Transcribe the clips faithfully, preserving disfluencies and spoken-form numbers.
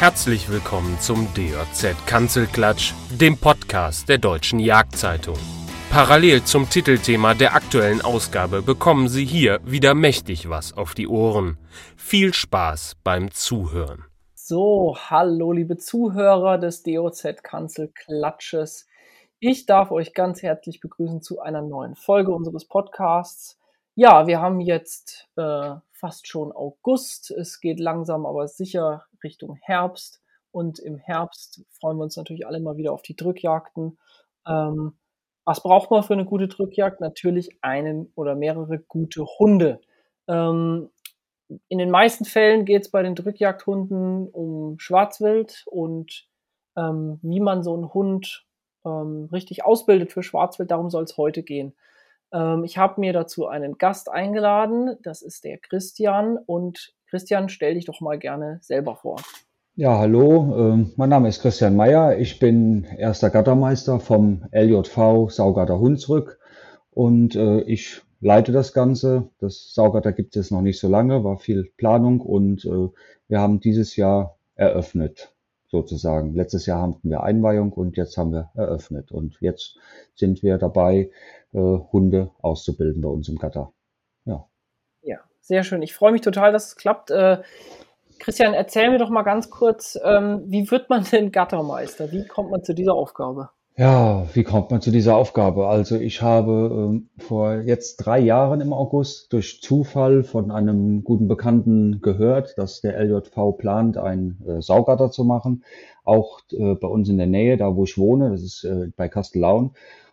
Herzlich willkommen zum D J Z-Kanzelklatsch, dem Podcast der Deutschen Jagdzeitung. Parallel zum Titelthema der aktuellen Ausgabe bekommen Sie hier wieder mächtig was auf die Ohren. Viel Spaß beim Zuhören. So, hallo liebe Zuhörer des D O Z-Kanzelklatsches. Ich darf euch ganz herzlich begrüßen zu einer neuen Folge unseres Podcasts. Ja, wir haben jetzt äh, fast schon August. Es geht langsam, aber sicher Richtung Herbst. Und im Herbst freuen wir uns natürlich alle mal wieder auf die Drückjagden. Ähm, was braucht man für eine gute Drückjagd? Natürlich einen oder mehrere gute Hunde. Ähm, in den meisten Fällen geht es bei den Drückjagdhunden um Schwarzwild und ähm, wie man so einen Hund ähm, richtig ausbildet für Schwarzwild, darum soll es heute gehen. Ähm, ich habe mir dazu einen Gast eingeladen, das ist der Christian. Und Christian, stell dich doch mal gerne selber vor. Ja, hallo, ähm, mein Name ist Christian Meyer. Ich bin erster Gattermeister vom L J V Saugatter Hunsrück und äh, ich leite das Ganze. Das Saugatter gibt es noch nicht so lange, war viel Planung und äh, wir haben dieses Jahr eröffnet, sozusagen. Letztes Jahr hatten wir Einweihung und jetzt haben wir eröffnet. Und jetzt sind wir dabei, äh, Hunde auszubilden bei uns im Gatter. Ja. Ja, sehr schön. Ich freue mich total, dass es klappt. Äh, Christian, erzähl mir doch mal ganz kurz, ähm, wie wird man denn Gattermeister? Wie kommt man zu dieser Aufgabe? Ja, wie kommt man zu dieser Aufgabe? Also ich habe ähm, vor jetzt drei Jahren im August durch Zufall von einem guten Bekannten gehört, dass der L J V plant, ein äh, Saugatter zu machen, auch äh, bei uns in der Nähe, da wo ich wohne, das ist äh, bei Kastellaun.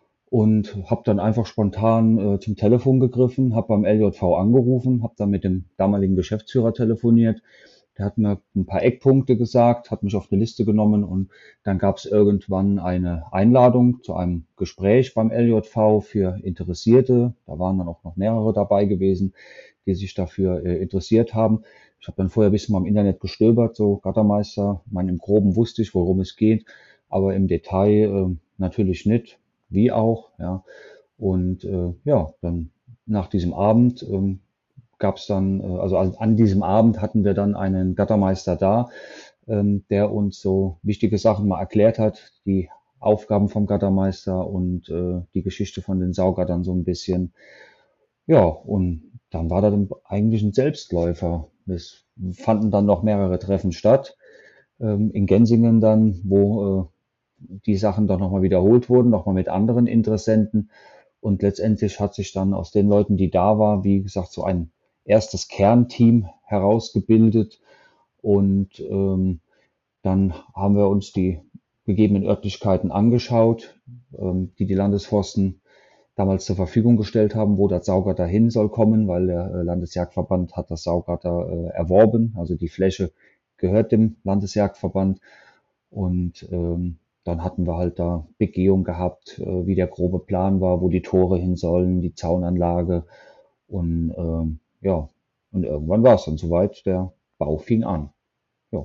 Und habe dann einfach spontan äh, zum Telefon gegriffen, habe beim L J V angerufen, habe dann mit dem damaligen Geschäftsführer telefoniert. Der hat mir ein paar Eckpunkte gesagt, hat mich auf eine Liste genommen und dann gab es irgendwann eine Einladung zu einem Gespräch beim L J V für Interessierte. Da waren dann auch noch mehrere dabei gewesen, die sich dafür äh, interessiert haben. Ich habe dann vorher ein bisschen mal im Internet gestöbert, so Gattermeister. Ich meine, im Groben wusste ich, worum es geht, aber im Detail äh, natürlich nicht, wie auch. Ja. Und äh, ja, dann nach diesem Abend ähm, gab es dann, äh, also an an diesem Abend hatten wir dann einen Gattermeister da, ähm, der uns so wichtige Sachen mal erklärt hat, die Aufgaben vom Gattermeister und äh, die Geschichte von den Saugattern so ein bisschen. Ja, und dann war das eigentlich ein Selbstläufer. Es fanden dann noch mehrere Treffen statt, ähm, in Gensingen dann, wo äh, die Sachen dann nochmal wiederholt wurden, nochmal mit anderen Interessenten. Und letztendlich hat sich dann aus den Leuten, die da waren, wie gesagt, so ein erstes Kernteam herausgebildet. Und ähm, dann haben wir uns die gegebenen Örtlichkeiten angeschaut, ähm, die die Landesforsten damals zur Verfügung gestellt haben, wo das Saugatter hin soll kommen, weil der äh, Landesjagdverband hat das Saugatter äh, erworben. Also die Fläche gehört dem Landesjagdverband. Und ähm, dann hatten wir halt da Begehung gehabt, äh, wie der grobe Plan war, wo die Tore hin sollen, die Zaunanlage. Und ähm, ja, und irgendwann war es dann soweit, der Bau fing an. Ja.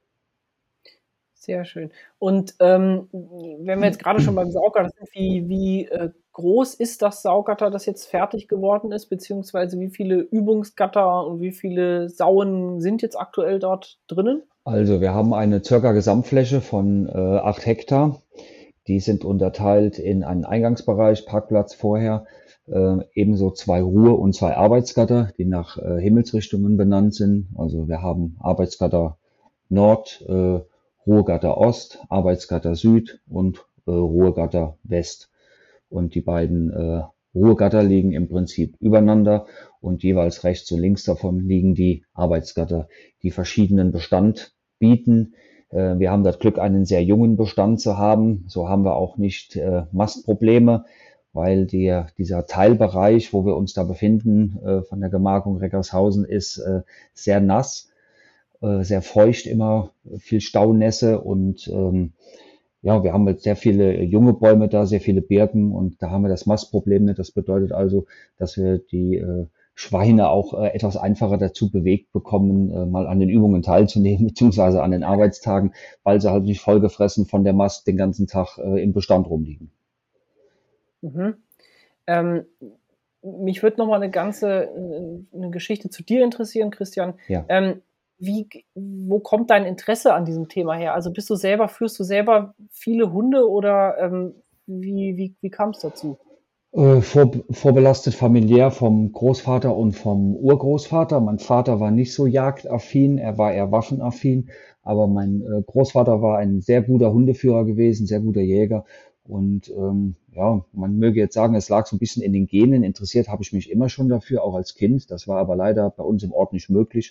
Sehr schön. Und ähm, wenn wir jetzt gerade schon beim Saugatter sind, wie, wie äh, groß ist das Saugatter, das jetzt fertig geworden ist, beziehungsweise wie viele Übungsgatter und wie viele Sauen sind jetzt aktuell dort drinnen? Also wir haben eine circa Gesamtfläche von äh, acht Hektar. Die sind unterteilt in einen Eingangsbereich, Parkplatz vorher, äh, ebenso zwei Ruhe- und zwei Arbeitsgatter, die nach äh, Himmelsrichtungen benannt sind. Also wir haben Arbeitsgatter Nord, äh, Ruhegatter Ost, Arbeitsgatter Süd und äh, Ruhegatter West. Und die beiden äh, Ruhegatter liegen im Prinzip übereinander und jeweils rechts und links davon liegen die Arbeitsgatter, die verschiedenen Bestand bieten. Äh, wir haben das Glück, einen sehr jungen Bestand zu haben. So haben wir auch nicht äh, Mastprobleme, weil der, dieser Teilbereich, wo wir uns da befinden, äh, von der Gemarkung Reckershausen, ist äh, sehr nass, äh, sehr feucht immer, viel Staunässe und ähm, ja, wir haben jetzt sehr viele junge Bäume da, sehr viele Birken und da haben wir das Mastproblem nicht. Das bedeutet also, dass wir die äh, Schweine auch äh, etwas einfacher dazu bewegt bekommen, äh, mal an den Übungen teilzunehmen, beziehungsweise an den Arbeitstagen, weil sie halt nicht vollgefressen von der Mast den ganzen Tag äh, im Bestand rumliegen. Mhm. Ähm, mich würde noch mal eine ganze äh, eine Geschichte zu dir interessieren, Christian. Ja. Ähm, wie, wo kommt dein Interesse an diesem Thema her? Also bist du selber, führst du selber viele Hunde oder ähm, wie, wie, wie kam es dazu? Äh, vor, vorbelastet familiär vom Großvater und vom Urgroßvater. Mein Vater war nicht so jagdaffin, er war eher waffenaffin, aber mein äh, Großvater war ein sehr guter Hundeführer gewesen, sehr guter Jäger. Und ähm, ja, man möge jetzt sagen, es lag so ein bisschen in den Genen. Interessiert habe ich mich immer schon dafür, auch als Kind. Das war aber leider bei uns im Ort nicht möglich.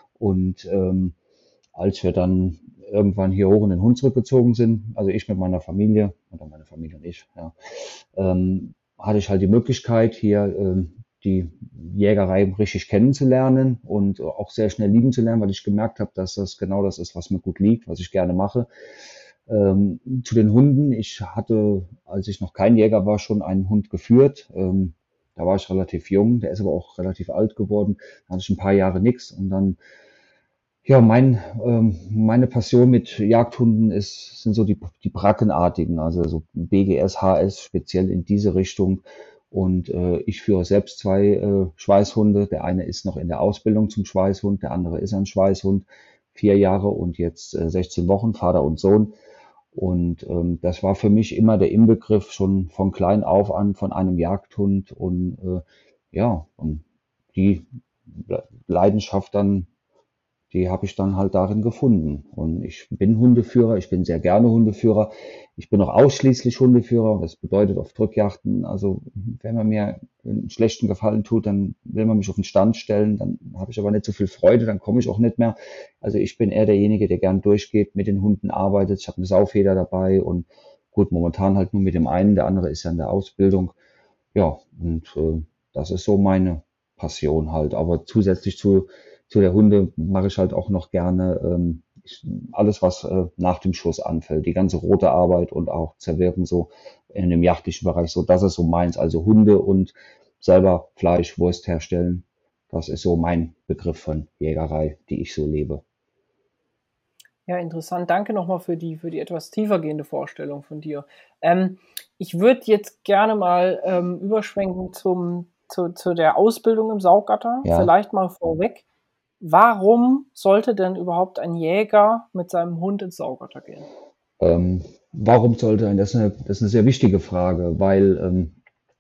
Und ähm, als wir dann irgendwann hier hoch in den Hund zurückgezogen sind, also ich mit meiner Familie, oder meine Familie und ich, ja, ähm, hatte ich halt die Möglichkeit, hier ähm, die Jägerei richtig kennenzulernen und auch sehr schnell lieben zu lernen, weil ich gemerkt habe, dass das genau das ist, was mir gut liegt, was ich gerne mache. Ähm, zu den Hunden, ich hatte, als ich noch kein Jäger war, schon einen Hund geführt. Ähm, da war ich relativ jung, der ist aber auch relativ alt geworden. Da hatte ich ein paar Jahre nichts und dann ja, mein, ähm, meine Passion mit Jagdhunden ist, sind so die, die Brackenartigen, also so B G S, H S, speziell in diese Richtung. Und äh, ich führe selbst zwei äh, Schweißhunde. Der eine ist noch in der Ausbildung zum Schweißhund, der andere ist ein Schweißhund, vier Jahre und jetzt äh, sechzehn Wochen, Vater und Sohn. Und ähm, das war für mich immer der Inbegriff schon von klein auf an von einem Jagdhund und äh, ja, und die Leidenschaft dann, die habe ich dann halt darin gefunden. Und ich bin Hundeführer, ich bin sehr gerne Hundeführer. Ich bin auch ausschließlich Hundeführer. Das bedeutet auf Drückjachten, also wenn man mir einen schlechten Gefallen tut, dann will man mich auf den Stand stellen, dann habe ich aber nicht so viel Freude, dann komme ich auch nicht mehr. Also ich bin eher derjenige, der gern durchgeht, mit den Hunden arbeitet. Ich habe eine Saufeder dabei und gut, momentan halt nur mit dem einen, der andere ist ja in der Ausbildung. Ja, und äh, das ist so meine Passion halt. Aber zusätzlich zu zu der Hunde mache ich halt auch noch gerne ähm, ich, alles, was äh, nach dem Schuss anfällt. Die ganze rote Arbeit und auch Zerwirken so in dem jachtlichen Bereich. So, das ist so meins. Also Hunde und selber Fleisch, Wurst herstellen. Das ist so mein Begriff von Jägerei, die ich so lebe. Ja, interessant. Danke nochmal für die, für die etwas tiefergehende Vorstellung von dir. Ähm, ich würde jetzt gerne mal ähm, überschwenken zum, zu, zu der Ausbildung im Saugatter. Ja. Vielleicht mal vorweg. Warum sollte denn überhaupt ein Jäger mit seinem Hund ins Saugatter gehen? Ähm, warum sollte ein? Das ist eine, das ist eine sehr wichtige Frage, weil ähm,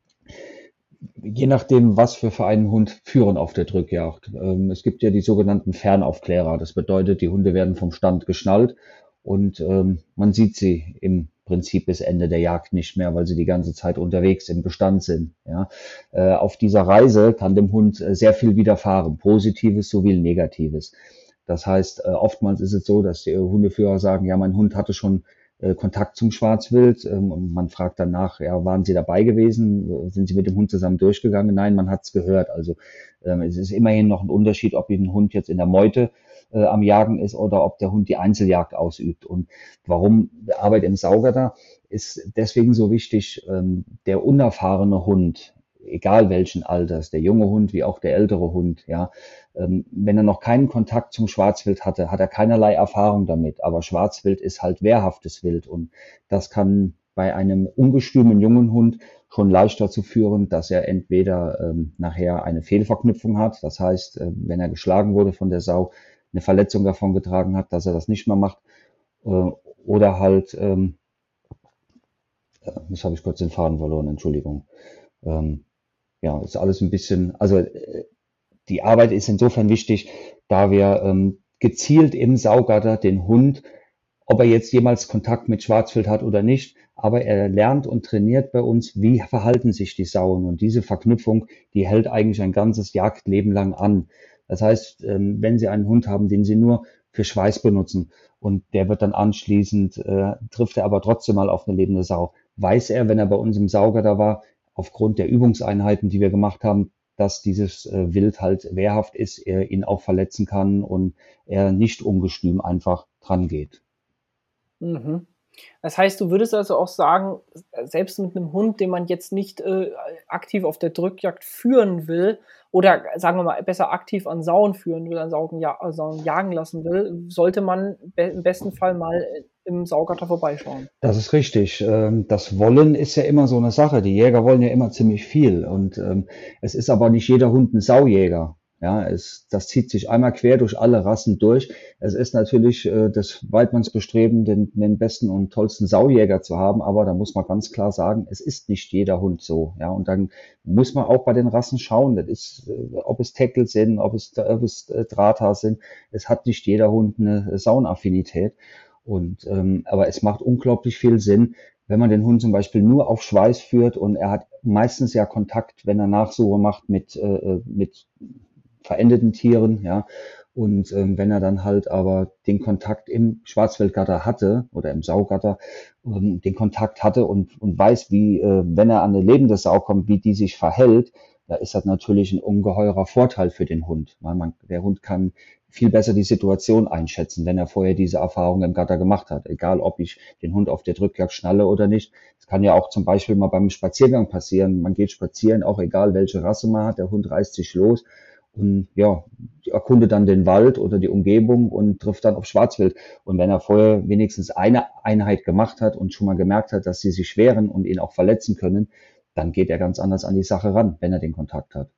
je nachdem, was wir für einen Hund führen auf der Drückjagd. Ähm, es gibt ja die sogenannten Fernaufklärer. Das bedeutet, die Hunde werden vom Stand geschnallt und ähm, man sieht sie im Prinzip bis Ende der Jagd nicht mehr, weil sie die ganze Zeit unterwegs im Bestand sind. Ja. Äh, auf dieser Reise kann dem Hund äh, sehr viel widerfahren, Positives sowie Negatives. Das heißt, äh, oftmals ist es so, dass die Hundeführer sagen, ja, mein Hund hatte schon äh, Kontakt zum Schwarzwild ähm, und man fragt danach, ja, waren Sie dabei gewesen? Sind Sie mit dem Hund zusammen durchgegangen? Nein, man hat es gehört. Also ähm, es ist immerhin noch ein Unterschied, ob ein Hund jetzt in der Meute äh, am Jagen ist oder ob der Hund die Einzeljagd ausübt. Und warum die Arbeit im Saugatter ist deswegen so wichtig, ähm, der unerfahrene Hund, egal welchen Alters, der junge Hund wie auch der ältere Hund, ja, ähm, wenn er noch keinen Kontakt zum Schwarzwild hatte, hat er keinerlei Erfahrung damit. Aber Schwarzwild ist halt wehrhaftes Wild und das kann bei einem ungestümen jungen Hund schon leicht dazu führen, dass er entweder ähm, nachher eine Fehlverknüpfung hat, das heißt, äh, wenn er geschlagen wurde von der Sau, eine Verletzung davon getragen hat, dass er das nicht mehr macht, äh, oder halt, ähm, äh, jetzt habe ich kurz den Faden verloren, Entschuldigung. Ähm, ja, ist alles ein bisschen, also äh, die Arbeit ist insofern wichtig, da wir ähm, gezielt im Saugatter den Hund, ob er jetzt jemals Kontakt mit Schwarzwild hat oder nicht, aber er lernt und trainiert bei uns, wie verhalten sich die Sauen. Und diese Verknüpfung, die hält eigentlich ein ganzes Jagdleben lang an. Das heißt, ähm, wenn Sie einen Hund haben, den Sie nur für Schweiß benutzen und der wird dann anschließend, äh, trifft er aber trotzdem mal auf eine lebende Sau, weiß er, wenn er bei uns im Saugatter war, aufgrund der Übungseinheiten, die wir gemacht haben, dass dieses äh, Wild halt wehrhaft ist, er ihn auch verletzen kann und er nicht ungestüm einfach dran geht. Mhm. Das heißt, du würdest also auch sagen, selbst mit einem Hund, den man jetzt nicht äh, aktiv auf der Drückjagd führen will oder sagen wir mal besser aktiv an Sauen führen will, an Sauen, ja, Sauen jagen lassen will, sollte man be- im besten Fall mal im Saugatter vorbeischauen. Das ist richtig. Ähm, Das Wollen ist ja immer so eine Sache. Die Jäger wollen ja immer ziemlich viel und ähm, es ist aber nicht jeder Hund ein Saujäger. Ja, es, das zieht sich einmal quer durch alle Rassen durch. Es ist natürlich äh, das Weidmannsbestreben, den, den besten und tollsten Saujäger zu haben, aber da muss man ganz klar sagen, es ist nicht jeder Hund so. Ja, und dann muss man auch bei den Rassen schauen, das ist, äh, ob es Tackle sind, ob es, ob es äh, Drahthar sind. Es hat nicht jeder Hund eine Saunaffinität. Und ähm, aber es macht unglaublich viel Sinn, wenn man den Hund zum Beispiel nur auf Schweiß führt und er hat meistens ja Kontakt, wenn er Nachsuche macht mit äh, mit verendeten Tieren, ja. Und ähm, wenn er dann halt aber den Kontakt im Schwarzwildgatter hatte oder im Saugatter, ähm, den Kontakt hatte und, und weiß, wie, äh, wenn er an eine lebende Sau kommt, wie die sich verhält, da ist das natürlich ein ungeheurer Vorteil für den Hund. Weil man, der Hund kann viel besser die Situation einschätzen, wenn er vorher diese Erfahrung im Gatter gemacht hat. Egal, ob ich den Hund auf der Drückjagd schnalle oder nicht. Es kann ja auch zum Beispiel mal beim Spaziergang passieren. Man geht spazieren, auch egal welche Rasse man hat, der Hund reißt sich los und ja, erkundet dann den Wald oder die Umgebung und trifft dann auf Schwarzwild. Und wenn er vorher wenigstens eine Einheit gemacht hat und schon mal gemerkt hat, dass sie sich wehren und ihn auch verletzen können, dann geht er ganz anders an die Sache ran, wenn er den Kontakt hat.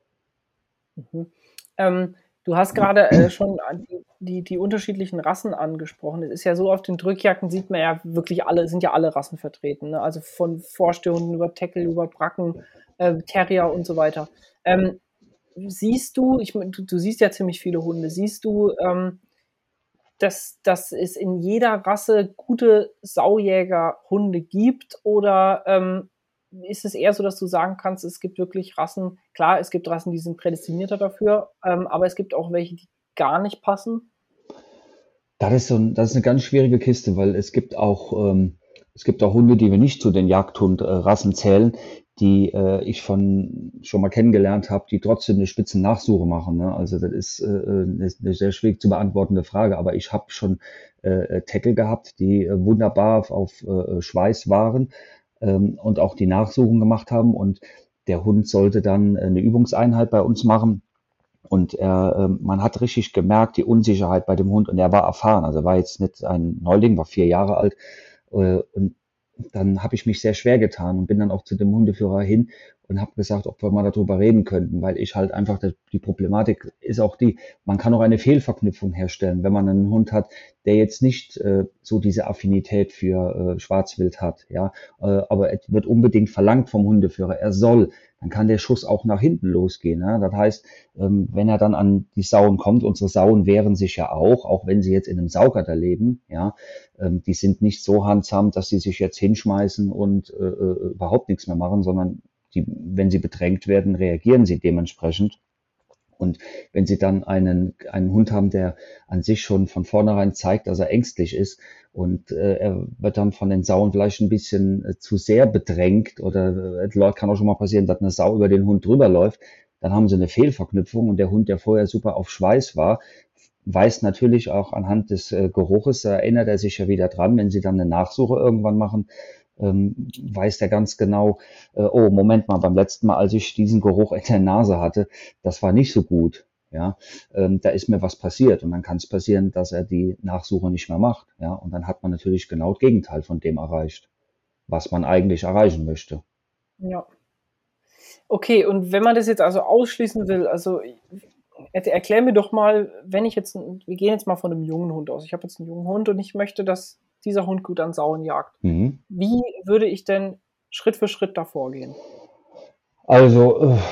Mhm. Ähm, du hast gerade äh, schon die, die, die unterschiedlichen Rassen angesprochen. Es ist ja so, auf den Drückjagden sieht man ja wirklich alle, sind ja alle Rassen vertreten, ne? Also von Vorstehhunden über Tackle, über Bracken, äh, Terrier und so weiter. Ähm, siehst du, ich, du, du siehst ja ziemlich viele Hunde, siehst du, ähm, dass, dass es in jeder Rasse gute Saujägerhunde gibt oder ähm, ist es eher so, dass du sagen kannst, es gibt wirklich Rassen, klar, es gibt Rassen, die sind prädestinierter dafür, ähm, aber es gibt auch welche, die gar nicht passen? Das ist so ein, das ist eine ganz schwierige Kiste, weil es gibt auch, ähm, es gibt auch Hunde, die wir nicht zu den Jagdhundrassen zählen, die äh, ich von schon mal kennengelernt habe, die trotzdem eine Spitzennachsuche machen. Ne? Also das ist äh, eine, eine sehr schwierig zu beantwortende Frage, aber ich habe schon äh, Tackle gehabt, die äh, wunderbar auf, auf äh, Schweiß waren ähm, und auch die Nachsuchen gemacht haben. Und der Hund sollte dann eine Übungseinheit bei uns machen. Und er, äh, man hat richtig gemerkt, die Unsicherheit bei dem Hund. Und er war erfahren. Also er war jetzt nicht ein Neuling, war vier Jahre alt. Äh, und dann habe ich mich sehr schwer getan und bin dann auch zu dem Hundeführer hin und habe gesagt, ob wir mal darüber reden könnten, weil ich halt einfach, die Problematik ist auch die, man kann auch eine Fehlverknüpfung herstellen, wenn man einen Hund hat, der jetzt nicht äh, so diese Affinität für äh, Schwarzwild hat, ja, äh, aber es wird unbedingt verlangt vom Hundeführer, er soll, dann kann der Schuss auch nach hinten losgehen. Ja? Das heißt, ähm, wenn er dann an die Sauen kommt, unsere Sauen wehren sich ja auch, auch wenn sie jetzt in einem Saugatter leben, ja, ähm, die sind nicht so handsam, dass sie sich jetzt hinschmeißen und äh, überhaupt nichts mehr machen, sondern die, wenn sie bedrängt werden, reagieren sie dementsprechend. Und wenn sie dann einen, einen Hund haben, der an sich schon von vornherein zeigt, dass er ängstlich ist und äh, er wird dann von den Sauen vielleicht ein bisschen äh, zu sehr bedrängt oder äh, kann auch schon mal passieren, dass eine Sau über den Hund drüber läuft, dann haben sie eine Fehlverknüpfung und der Hund, der vorher super auf Schweiß war, weiß natürlich auch anhand des äh, Geruches, da erinnert er sich ja wieder dran, wenn sie dann eine Nachsuche irgendwann machen, ähm, weiß der ganz genau, äh, oh, Moment mal, beim letzten Mal, als ich diesen Geruch in der Nase hatte, das war nicht so gut, ja, ähm, da ist mir was passiert und dann kann es passieren, dass er die Nachsuche nicht mehr macht, ja, und dann hat man natürlich genau das Gegenteil von dem erreicht, was man eigentlich erreichen möchte. Ja. Okay, und wenn man das jetzt also ausschließen will, also erklär mir doch mal, wenn ich jetzt, wir gehen jetzt mal von einem jungen Hund aus, ich habe jetzt einen jungen Hund und ich möchte, dass dieser Hund gut an Sauen jagt. Mhm. Wie würde ich denn Schritt für Schritt da vorgehen? Also, äh,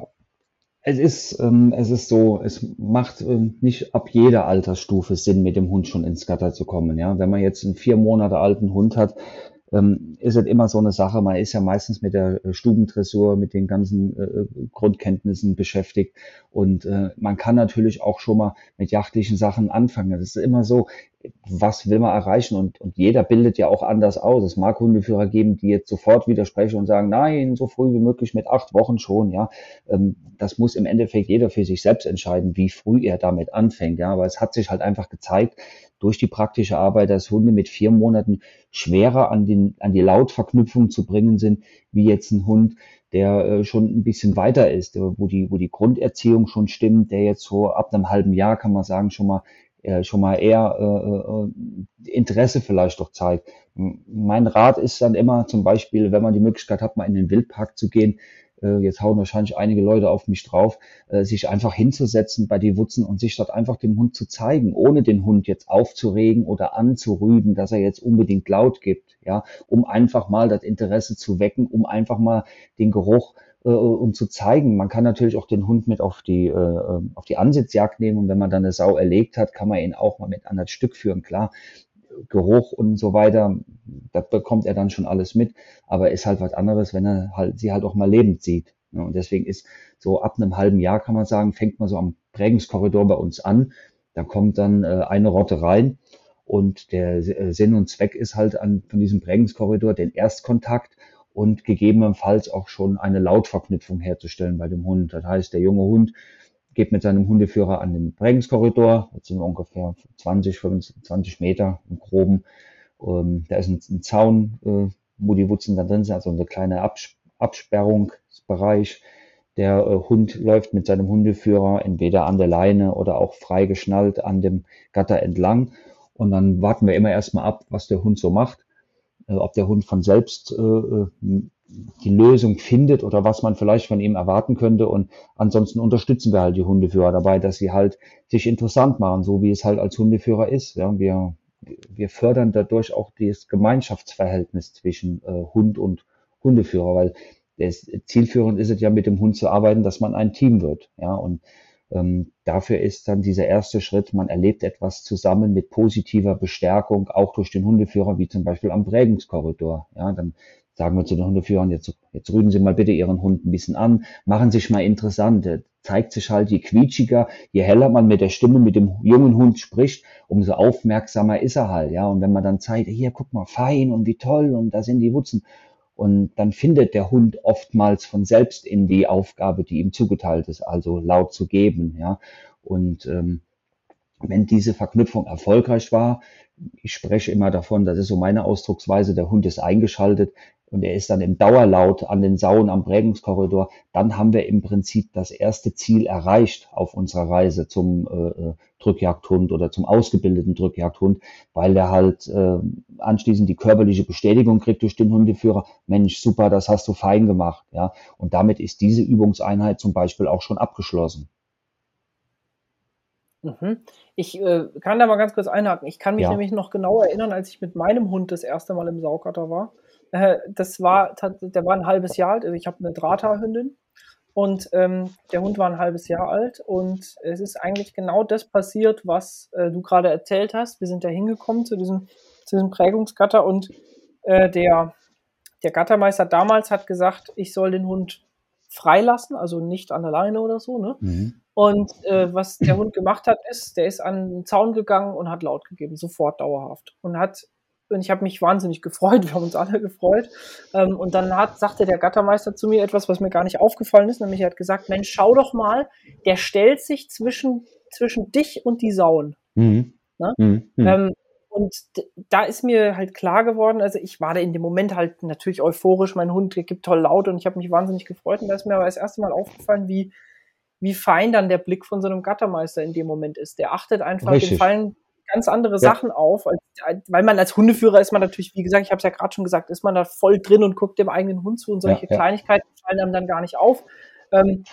es ist, ähm, es ist so, es macht ähm, nicht ab jeder Altersstufe Sinn, mit dem Hund schon ins Gatter zu kommen. Ja, wenn man jetzt einen vier Monate alten Hund hat, ähm, ist es immer so eine Sache. Man ist ja meistens mit der Stubendressur, mit den ganzen äh, Grundkenntnissen beschäftigt und äh, man kann natürlich auch schon mal mit jagdlichen Sachen anfangen. Das ist immer so, was will man erreichen? Und, und jeder bildet ja auch anders aus. Es mag Hundeführer geben, die jetzt sofort widersprechen und sagen, nein, so früh wie möglich mit acht Wochen schon, ja. Ähm, das muss im Endeffekt jeder für sich selbst entscheiden, wie früh er damit anfängt, ja. Aber es hat sich halt einfach gezeigt, durch die praktische Arbeit, dass Hunde mit vier Monaten schwerer an, den, an die Lautverknüpfung zu bringen sind, wie jetzt ein Hund, der äh, schon ein bisschen weiter ist, wo die, wo die Grunderziehung schon stimmt, der jetzt so ab einem halben Jahr, kann man sagen, schon mal äh, schon mal eher äh, Interesse vielleicht doch zeigt. Mein Rat ist dann immer zum Beispiel, wenn man die Möglichkeit hat, mal in den Wildpark zu gehen, äh, jetzt hauen wahrscheinlich einige Leute auf mich drauf, äh, sich einfach hinzusetzen bei die Wutzen und sich dort einfach dem Hund zu zeigen, ohne den Hund jetzt aufzuregen oder anzurüden, dass er jetzt unbedingt laut gibt, ja, um einfach mal das Interesse zu wecken, um einfach mal den Geruch äh, und zu zeigen. Man kann natürlich auch den Hund mit auf die äh, auf die Ansitzjagd nehmen, und wenn man dann eine Sau erlegt hat, kann man ihn auch mal mit an das Stück führen. Klar, Geruch und so weiter, das bekommt er dann schon alles mit, aber ist halt was anderes, wenn er halt sie halt auch mal lebend sieht. Ja, und deswegen ist so ab einem halben Jahr, kann man sagen, fängt man so am Prägungskorridor bei uns an. Da kommt dann äh, eine Rotte rein, und der äh, Sinn und Zweck ist halt an von diesem Prägungskorridor den Erstkontakt und gegebenenfalls auch schon eine Lautverknüpfung herzustellen bei dem Hund. Das heißt, der junge Hund geht mit seinem Hundeführer an den Prägungskorridor, das sind ungefähr zwanzig, fünfundzwanzig Meter im Groben. Ähm, da ist ein, ein Zaun, äh, wo die Wutzen dann drin sind, also eine kleine Abs- Absperrungsbereich. Der äh, Hund läuft mit seinem Hundeführer entweder an der Leine oder auch frei geschnallt an dem Gatter entlang. Und dann warten wir immer erstmal ab, was der Hund so macht, äh, ob der Hund von selbst äh, die Lösung findet oder was man vielleicht von ihm erwarten könnte. Und ansonsten unterstützen wir halt die Hundeführer dabei, dass sie halt sich interessant machen, so wie es halt als Hundeführer ist. Ja, wir, wir fördern dadurch auch das Gemeinschaftsverhältnis zwischen äh, Hund und Hundeführer, weil das zielführend ist es ja, mit dem Hund zu arbeiten, dass man ein Team wird. Ja, und ähm, dafür ist dann dieser erste Schritt, man erlebt etwas zusammen mit positiver Bestärkung, auch durch den Hundeführer, wie zum Beispiel am Prägungskorridor. Ja, dann sagen wir zu den Hundeführern, jetzt, jetzt rüden Sie mal bitte Ihren Hund ein bisschen an, machen sich mal interessant. Der zeigt sich halt, je quietschiger, je heller man mit der Stimme mit dem jungen Hund spricht, umso aufmerksamer ist er halt. Ja, und wenn man dann zeigt, hier, guck mal, fein und wie toll und da sind die Wutzen. Und dann findet der Hund oftmals von selbst in die Aufgabe, die ihm zugeteilt ist, also laut zu geben. Ja, und ähm, wenn diese Verknüpfung erfolgreich war, ich spreche immer davon, das ist so meine Ausdrucksweise, der Hund ist eingeschaltet und er ist dann im Dauerlaut an den Sauen am Prägungskorridor, dann haben wir im Prinzip das erste Ziel erreicht auf unserer Reise zum äh, Drückjagdhund oder zum ausgebildeten Drückjagdhund, weil der halt äh, anschließend die körperliche Bestätigung kriegt durch den Hundeführer, Mensch, super, das hast du fein gemacht. Ja, und damit ist diese Übungseinheit zum Beispiel auch schon abgeschlossen. Mhm. Ich äh, kann da mal ganz kurz einhaken. Ich kann mich Ja. nämlich noch genau erinnern, als ich mit meinem Hund das erste Mal im Saugatter war. Äh, das war, tat- der war ein halbes Jahr alt. Also ich habe eine Drahthaarhündin und ähm, der Hund war ein halbes Jahr alt und es ist eigentlich genau das passiert, was äh, du gerade erzählt hast. Wir sind da hingekommen zu diesem, zu diesem Prägungsgatter und äh, der, der Gattermeister damals hat gesagt, ich soll den Hund freilassen, also nicht an der Leine oder so, ne? Mhm. Und äh, was der Hund gemacht hat, ist, der ist an den Zaun gegangen und hat laut gegeben, sofort dauerhaft. Und hat, und ich habe mich wahnsinnig gefreut, wir haben uns alle gefreut. Ähm, und dann hat, sagte der Gattermeister zu mir etwas, was mir gar nicht aufgefallen ist, nämlich er hat gesagt, Mensch, schau doch mal, der stellt sich zwischen, zwischen dich und die Sauen. Mhm. Ne? Mhm. Mhm. Ähm, und d- da ist mir halt klar geworden, also ich war da in dem Moment halt natürlich euphorisch, mein Hund der gibt toll laut und ich habe mich wahnsinnig gefreut. Und da ist mir aber das erste Mal aufgefallen, wie, wie fein dann der Blick von so einem Gattermeister in dem Moment ist. Der achtet einfach, dem Richtig. fallen ganz andere Ja. Sachen auf, als, weil man als Hundeführer ist man natürlich, wie gesagt, ich habe es ja gerade schon gesagt, ist man da voll drin und guckt dem eigenen Hund zu und solche Ja, ja. Kleinigkeiten fallen einem dann gar nicht auf. Ähm,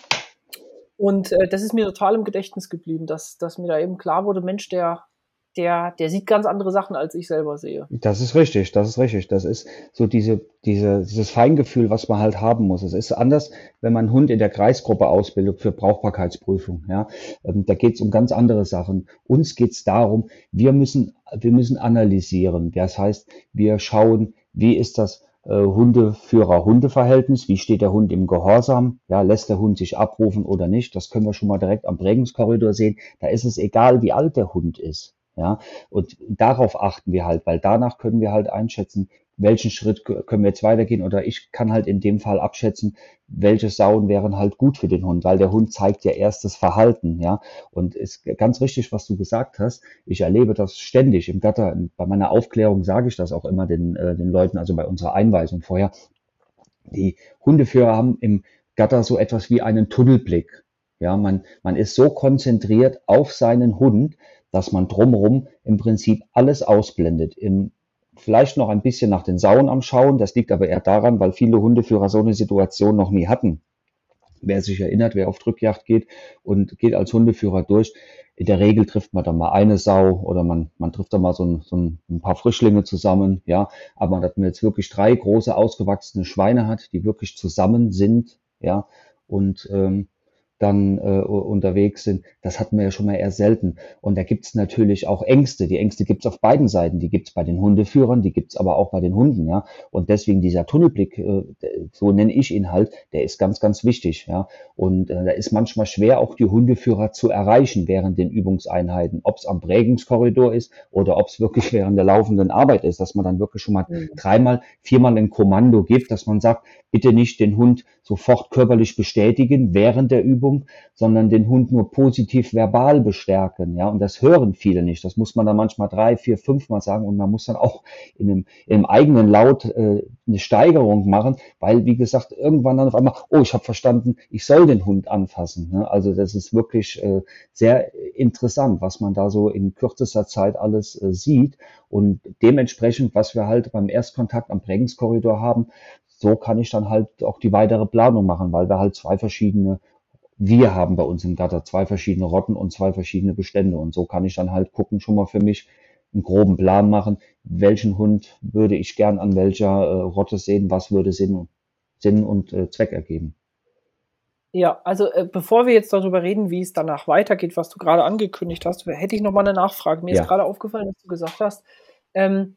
und äh, das ist mir total im Gedächtnis geblieben, dass, dass mir da eben klar wurde, Mensch, der, der, der sieht ganz andere Sachen, als ich selber sehe. Das ist richtig, das ist richtig. Das ist so diese, diese, dieses Feingefühl, was man halt haben muss. Es ist anders, wenn man einen Hund in der Kreisgruppe ausbildet für Brauchbarkeitsprüfung. Ja, ähm, da geht es um ganz andere Sachen. Uns geht es darum, wir müssen, wir müssen analysieren. Das heißt, wir schauen, wie ist das äh, Hundeführer-Hunde-Verhältnis? Wie steht der Hund im Gehorsam? Ja, lässt der Hund sich abrufen oder nicht? Das können wir schon mal direkt am Prägungskorridor sehen. Da ist es egal, wie alt der Hund ist. Ja, und darauf achten wir halt, weil danach können wir halt einschätzen, welchen Schritt k- können wir jetzt weitergehen, oder ich kann halt in dem Fall abschätzen, welche Sauen wären halt gut für den Hund, weil der Hund zeigt ja erst das Verhalten, ja. Und ist ganz richtig, was du gesagt hast. Ich erlebe das ständig im Gatter. Bei meiner Aufklärung sage ich das auch immer den, äh, den Leuten, also bei unserer Einweisung vorher. Die Hundeführer haben im Gatter so etwas wie einen Tunnelblick. Ja, man, man ist so konzentriert auf seinen Hund, dass man drumherum im Prinzip alles ausblendet. Im, vielleicht noch ein bisschen nach den Sauen am Schauen. Das liegt aber eher daran, weil viele Hundeführer so eine Situation noch nie hatten. wer sich erinnert, wer auf Drückjagd geht und geht als Hundeführer durch, in der Regel trifft man dann mal eine Sau oder man, man trifft dann mal so ein, so ein paar Frischlinge zusammen, ja. Aber dass man jetzt wirklich drei große ausgewachsene Schweine hat, die wirklich zusammen sind, ja, und ähm, dann äh, unterwegs sind, das hatten wir ja schon mal eher selten. Und da gibt's natürlich auch Ängste. Die Ängste gibt's auf beiden Seiten. Die gibt's bei den Hundeführern, die gibt's aber auch bei den Hunden, ja. Und deswegen dieser Tunnelblick, äh, so nenne ich ihn halt, der ist ganz, ganz wichtig, ja. Und äh, da ist manchmal schwer, auch die Hundeführer zu erreichen während den Übungseinheiten, ob es am Prägungskorridor ist oder ob es wirklich während der laufenden Arbeit ist, dass man dann wirklich schon mal Mhm. dreimal, viermal ein Kommando gibt, dass man sagt, bitte nicht den Hund sofort körperlich bestätigen während der Übung, sondern den Hund nur positiv verbal bestärken, ja, und das hören viele nicht. Das muss man dann manchmal drei, vier, fünfmal sagen und man muss dann auch in einem, in einem eigenen Laut äh, eine Steigerung machen, weil, wie gesagt, irgendwann dann auf einmal, oh, ich habe verstanden, ich soll den Hund anfassen, ne? Also das ist wirklich äh, sehr interessant, was man da so in kürzester Zeit alles äh, sieht und dementsprechend, was wir halt beim Erstkontakt am Prägungskorridor haben, so kann ich dann halt auch die weitere Planung machen, weil wir halt zwei verschiedene, wir haben bei uns im Gatter zwei verschiedene Rotten und zwei verschiedene Bestände. Und so kann ich dann halt gucken, schon mal für mich einen groben Plan machen, welchen Hund würde ich gern an welcher äh, Rotte sehen, was würde Sinn, Sinn und äh, Zweck ergeben. Ja, also äh, bevor wir jetzt darüber reden, wie es danach weitergeht, was du gerade angekündigt hast, hätte ich noch mal eine Nachfrage. Mir Ja. ist gerade aufgefallen, dass du gesagt hast, ähm,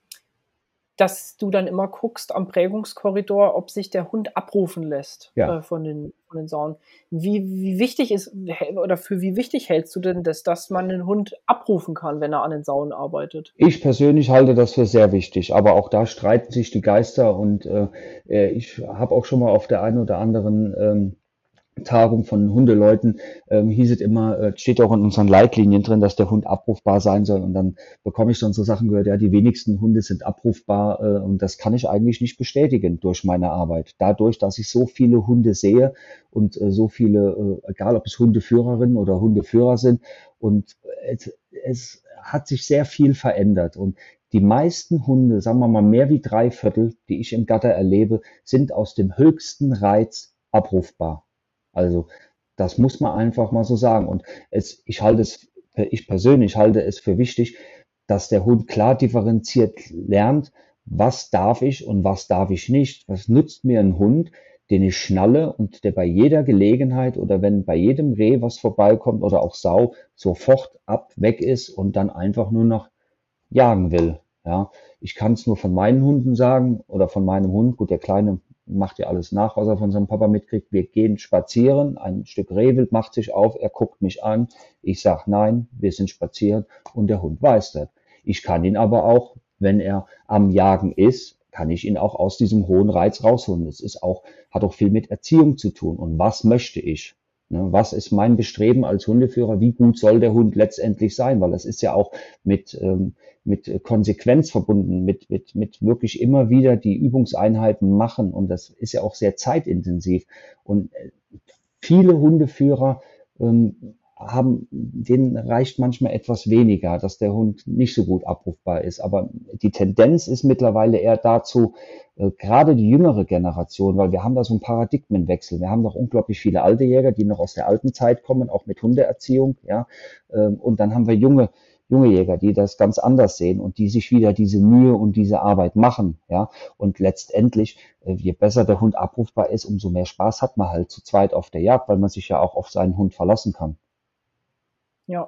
dass du dann immer guckst am Prägungskorridor, ob sich der Hund abrufen lässt Ja. äh, von den von den Sauen. Wie wie wichtig ist oder für wie wichtig hältst du denn das, dass man den Hund abrufen kann, wenn er an den Sauen arbeitet? Ich persönlich halte das für sehr wichtig, aber auch da streiten sich die Geister und äh, äh, ich habe auch schon mal auf der einen oder anderen ähm, Tagung von Hundeleuten ähm, hieß es immer, äh, steht auch in unseren Leitlinien drin, dass der Hund abrufbar sein soll. Und dann bekomme ich dann so Sachen gehört, ja, die wenigsten Hunde sind abrufbar äh, und das kann ich eigentlich nicht bestätigen durch meine Arbeit. Dadurch, dass ich so viele Hunde sehe und äh, so viele, äh, egal ob es Hundeführerinnen oder Hundeführer sind, und es, es hat sich sehr viel verändert. Und die meisten Hunde, sagen wir mal mehr wie drei Viertel, die ich im Gatter erlebe, sind aus dem höchsten Reiz abrufbar. Also das muss man einfach mal so sagen. Und es, ich halte es, ich persönlich halte es für wichtig, dass der Hund klar differenziert lernt, was darf ich und was darf ich nicht. Was nützt mir ein Hund, den ich schnalle und der bei jeder Gelegenheit oder wenn bei jedem Reh was vorbeikommt oder auch Sau sofort ab, weg ist und dann einfach nur noch jagen will. Ja, ich kann es nur von meinen Hunden sagen oder von meinem Hund. Gut, der Kleine macht ja alles nach, was er von seinem Papa mitkriegt. Wir gehen spazieren, ein Stück Rehwild macht sich auf, er guckt mich an, ich sag nein, wir sind spazieren und der Hund weiß das. Ich kann ihn aber auch, wenn er am Jagen ist, kann ich ihn auch aus diesem hohen Reiz rausholen. Das ist auch, hat auch viel mit Erziehung zu tun. Und was möchte ich? Ne, was ist mein Bestreben als Hundeführer? Wie gut soll der Hund letztendlich sein? Weil das ist ja auch mit, ähm, mit Konsequenz verbunden, mit, mit, mit wirklich immer wieder die Übungseinheiten machen. Und das ist ja auch sehr zeitintensiv. Und viele Hundeführer ähm, haben, denen reicht manchmal etwas weniger, dass der Hund nicht so gut abrufbar ist. Aber die Tendenz ist mittlerweile eher dazu, äh, gerade die jüngere Generation, weil wir haben da so einen Paradigmenwechsel. Wir haben noch unglaublich viele alte Jäger, die noch aus der alten Zeit kommen, auch mit Hundeerziehung, ja. Ähm, und dann haben wir junge junge Jäger, die das ganz anders sehen und die sich wieder diese Mühe und diese Arbeit machen, ja. Und letztendlich, äh, je besser der Hund abrufbar ist, umso mehr Spaß hat man halt zu zweit auf der Jagd, weil man sich ja auch auf seinen Hund verlassen kann. Ja,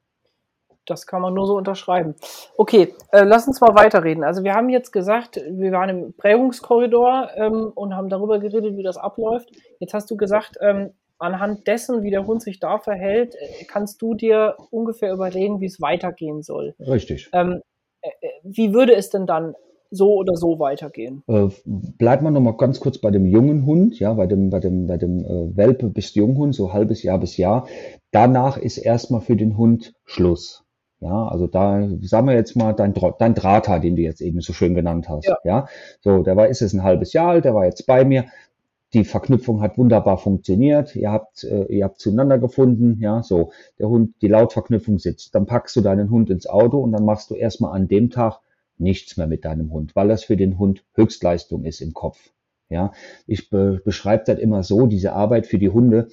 das kann man nur so unterschreiben. Okay, äh, lass uns mal weiterreden. Also wir haben jetzt gesagt, wir waren im Prägungskorridor ähm, und haben darüber geredet, wie das abläuft. Jetzt hast du gesagt, ähm, anhand dessen, wie der Hund sich da verhält, äh, kannst du dir ungefähr überlegen, wie es weitergehen soll. Richtig. Ähm, äh, wie würde es denn dann so oder so weitergehen? Äh, bleibt man noch mal ganz kurz bei dem jungen Hund, ja, bei dem, bei dem, bei dem äh, Welpe bis Junghund, so halbes Jahr bis Jahr. Danach ist erstmal für den Hund Schluss. Ja, also da, sagen wir jetzt mal, dein, dein Drahter, den du jetzt eben so schön genannt hast. Ja. Ja, so, der war, ist jetzt ein halbes Jahr alt, der war jetzt bei mir. Die Verknüpfung hat wunderbar funktioniert. Ihr habt, äh, ihr habt zueinander gefunden. Ja, so, der Hund, die Lautverknüpfung sitzt. Dann packst du deinen Hund ins Auto und dann machst du erstmal an dem Tag nichts mehr mit deinem Hund, weil das für den Hund Höchstleistung ist im Kopf. Ja, ich be beschreibe das immer so, diese Arbeit für die Hunde.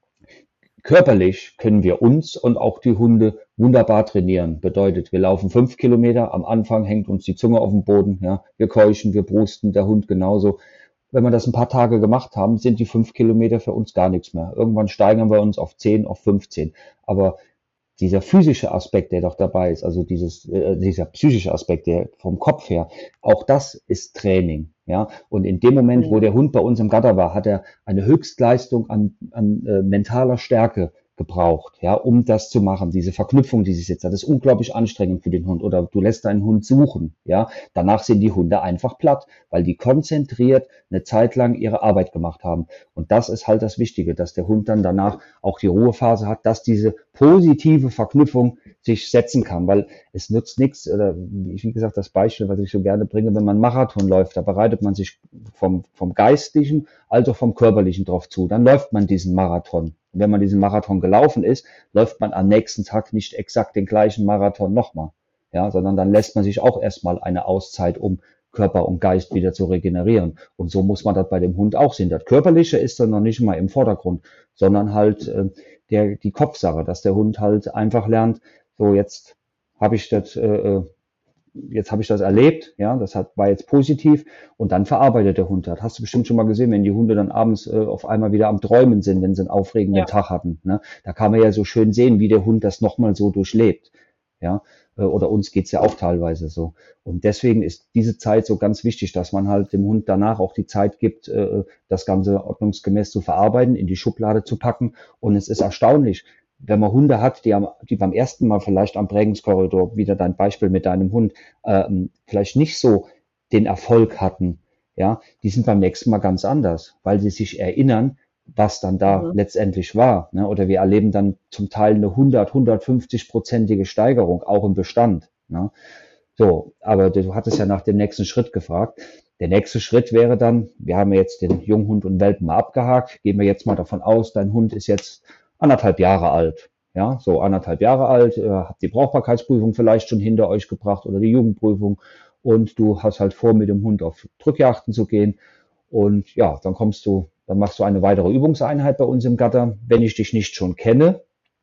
Körperlich können wir uns und auch die Hunde wunderbar trainieren. Bedeutet, wir laufen fünf Kilometer, am Anfang hängt uns die Zunge auf dem Boden, ja, wir keuchen, wir prusten, der Hund genauso. Wenn wir das ein paar Tage gemacht haben, sind die fünf Kilometer für uns gar nichts mehr. Irgendwann steigern wir uns auf zehn, auf fünfzehn. Aber dieser physische Aspekt, der doch dabei ist, also dieses, äh, dieser psychische Aspekt, der vom Kopf her, auch das ist Training, ja. Und in dem Moment, wo der Hund bei uns im Gatter war, hat er eine Höchstleistung an, an äh, mentaler Stärke gebraucht, ja, um das zu machen. Diese Verknüpfung, die sie jetzt hat, ist unglaublich anstrengend für den Hund. Oder du lässt deinen Hund suchen, ja. Danach sind die Hunde einfach platt, weil die konzentriert eine Zeit lang ihre Arbeit gemacht haben. Und das ist halt das Wichtige, dass der Hund dann danach auch die Ruhephase hat, dass diese positive Verknüpfung sich setzen kann, weil es nützt nichts, oder wie gesagt, das Beispiel, was ich so gerne bringe, wenn man Marathon läuft, da bereitet man sich vom, vom Geistlichen als auch vom Körperlichen drauf zu, dann läuft man diesen Marathon. Und wenn man diesen Marathon gelaufen ist, läuft man am nächsten Tag nicht exakt den gleichen Marathon nochmal, ja, sondern dann lässt man sich auch erstmal eine Auszeit, um Körper und Geist wieder zu regenerieren. Und so muss man das bei dem Hund auch sehen. Das Körperliche ist dann noch nicht mal im Vordergrund, sondern halt äh, der, die Kopfsache, dass der Hund halt einfach lernt, so jetzt habe ich das, äh, jetzt habe ich das erlebt, ja, das hat, war jetzt positiv und dann verarbeitet der Hund das. Hast du bestimmt schon mal gesehen, wenn die Hunde dann abends äh, auf einmal wieder am Träumen sind, wenn sie einen aufregenden Ja. Tag hatten, ne? Da kann man ja so schön sehen, wie der Hund das nochmal so durchlebt, ja, äh, oder uns geht's ja auch teilweise so. Und deswegen ist diese Zeit so ganz wichtig, dass man halt dem Hund danach auch die Zeit gibt, äh, das Ganze ordnungsgemäß zu verarbeiten, in die Schublade zu packen. Und es ist erstaunlich, wenn man Hunde hat, die, am, die beim ersten Mal vielleicht am Prägungskorridor, wieder dein Beispiel mit deinem Hund, ähm, vielleicht nicht so den Erfolg hatten, ja, die sind beim nächsten Mal ganz anders, weil sie sich erinnern, was dann da Mhm. letztendlich war, ne? Oder wir erleben dann zum Teil eine hundert, hundertfünfzig-prozentige Steigerung, auch im Bestand, ne? So, aber du hattest ja nach dem nächsten Schritt gefragt. Der nächste Schritt wäre dann, wir haben ja jetzt den Junghund und Welpen mal abgehakt, gehen wir jetzt mal davon aus, dein Hund ist jetzt anderthalb Jahre alt. Ja, so anderthalb Jahre alt, äh, habt die Brauchbarkeitsprüfung vielleicht schon hinter euch gebracht oder die Jugendprüfung und du hast halt vor, mit dem Hund auf Drückjagden zu gehen und ja, dann kommst du, dann machst du eine weitere Übungseinheit bei uns im Gatter. Wenn ich dich nicht schon kenne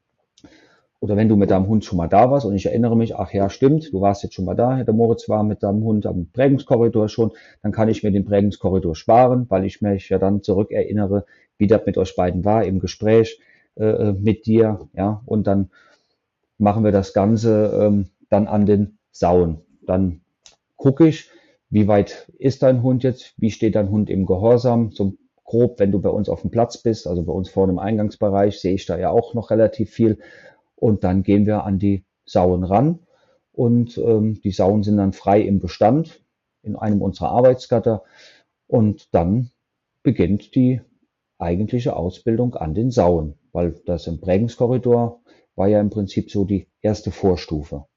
oder wenn du mit deinem Hund schon mal da warst und ich erinnere mich, ach ja, stimmt, du warst jetzt schon mal da, der Moritz war mit deinem Hund am Prägungskorridor schon, dann kann ich mir den Prägungskorridor sparen, weil ich mich ja dann zurückerinnere, wie das mit euch beiden war im Gespräch äh, mit dir, ja, und dann machen wir das Ganze ähm, dann an den Sauen. Dann gucke ich, wie weit ist dein Hund jetzt, wie steht dein Hund im Gehorsam, so grob, wenn du bei uns auf dem Platz bist, also bei uns vorne im Eingangsbereich, sehe ich da ja auch noch relativ viel. Und dann gehen wir an die Sauen ran und ähm, die Sauen sind dann frei im Bestand in einem unserer Arbeitsgatter und dann beginnt die eigentliche Ausbildung an den Sauen, weil das im Prägungskorridor war ja im Prinzip so die erste Vorstufe.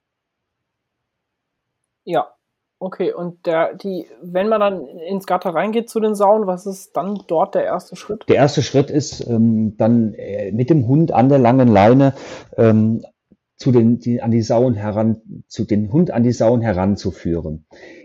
Ja, okay. Und der, die, wenn man dann ins Gatter reingeht zu den Sauen, was ist dann dort der erste Schritt? Der erste Schritt ist ähm, dann äh, mit dem Hund an der langen Leine ähm, zu den, die, an die Sauen heran, zu den Hund an die Sauen heranzuführen.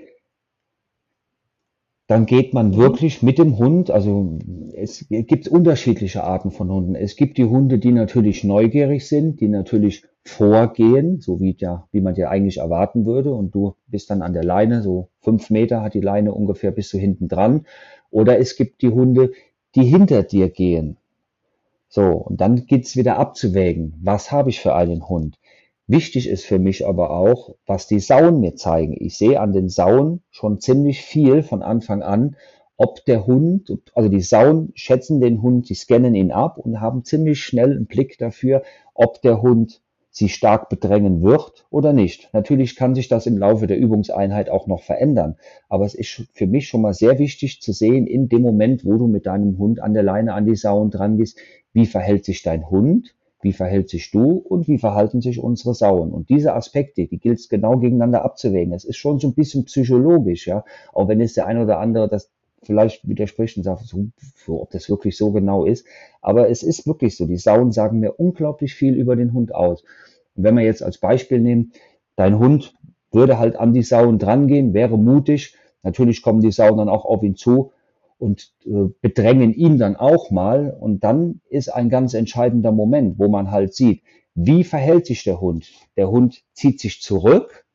Dann geht man Mhm. wirklich mit dem Hund, also es gibt unterschiedliche Arten von Hunden. Es gibt die Hunde, die natürlich neugierig sind, die natürlich vorgehen, so wie, ja, wie man ja eigentlich erwarten würde. Und du bist dann an der Leine, so fünf Meter hat die Leine ungefähr, bis du hinten dran. Oder es gibt die Hunde, die hinter dir gehen. So, und dann geht's wieder abzuwägen, was habe ich für einen Hund. Wichtig ist für mich aber auch, was die Sauen mir zeigen. Ich sehe an den Sauen schon ziemlich viel von Anfang an, ob der Hund, also die Sauen schätzen den Hund, die scannen ihn ab und haben ziemlich schnell einen Blick dafür, ob der Hund sie stark bedrängen wird oder nicht. Natürlich kann sich das im Laufe der Übungseinheit auch noch verändern, aber es ist für mich schon mal sehr wichtig zu sehen, in dem Moment, wo du mit deinem Hund an der Leine an die Sauen dran gehst, wie verhält sich dein Hund, wie verhält sich du und wie verhalten sich unsere Sauen. Und diese Aspekte, die gilt es genau gegeneinander abzuwägen. Es ist schon so ein bisschen psychologisch, ja, auch wenn es der eine oder andere das vielleicht widerspricht und sagt, so, so, ob das wirklich so genau ist. Aber es ist wirklich so. Die Sauen sagen mir unglaublich viel über den Hund aus. Und wenn wir jetzt als Beispiel nehmen, dein Hund würde halt an die Sauen drangehen, wäre mutig. Natürlich kommen die Sauen dann auch auf ihn zu und äh, bedrängen ihn dann auch mal. Und dann ist ein ganz entscheidender Moment, wo man halt sieht, wie verhält sich der Hund? Der Hund zieht sich zurück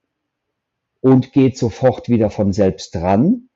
und geht sofort wieder von selbst dran.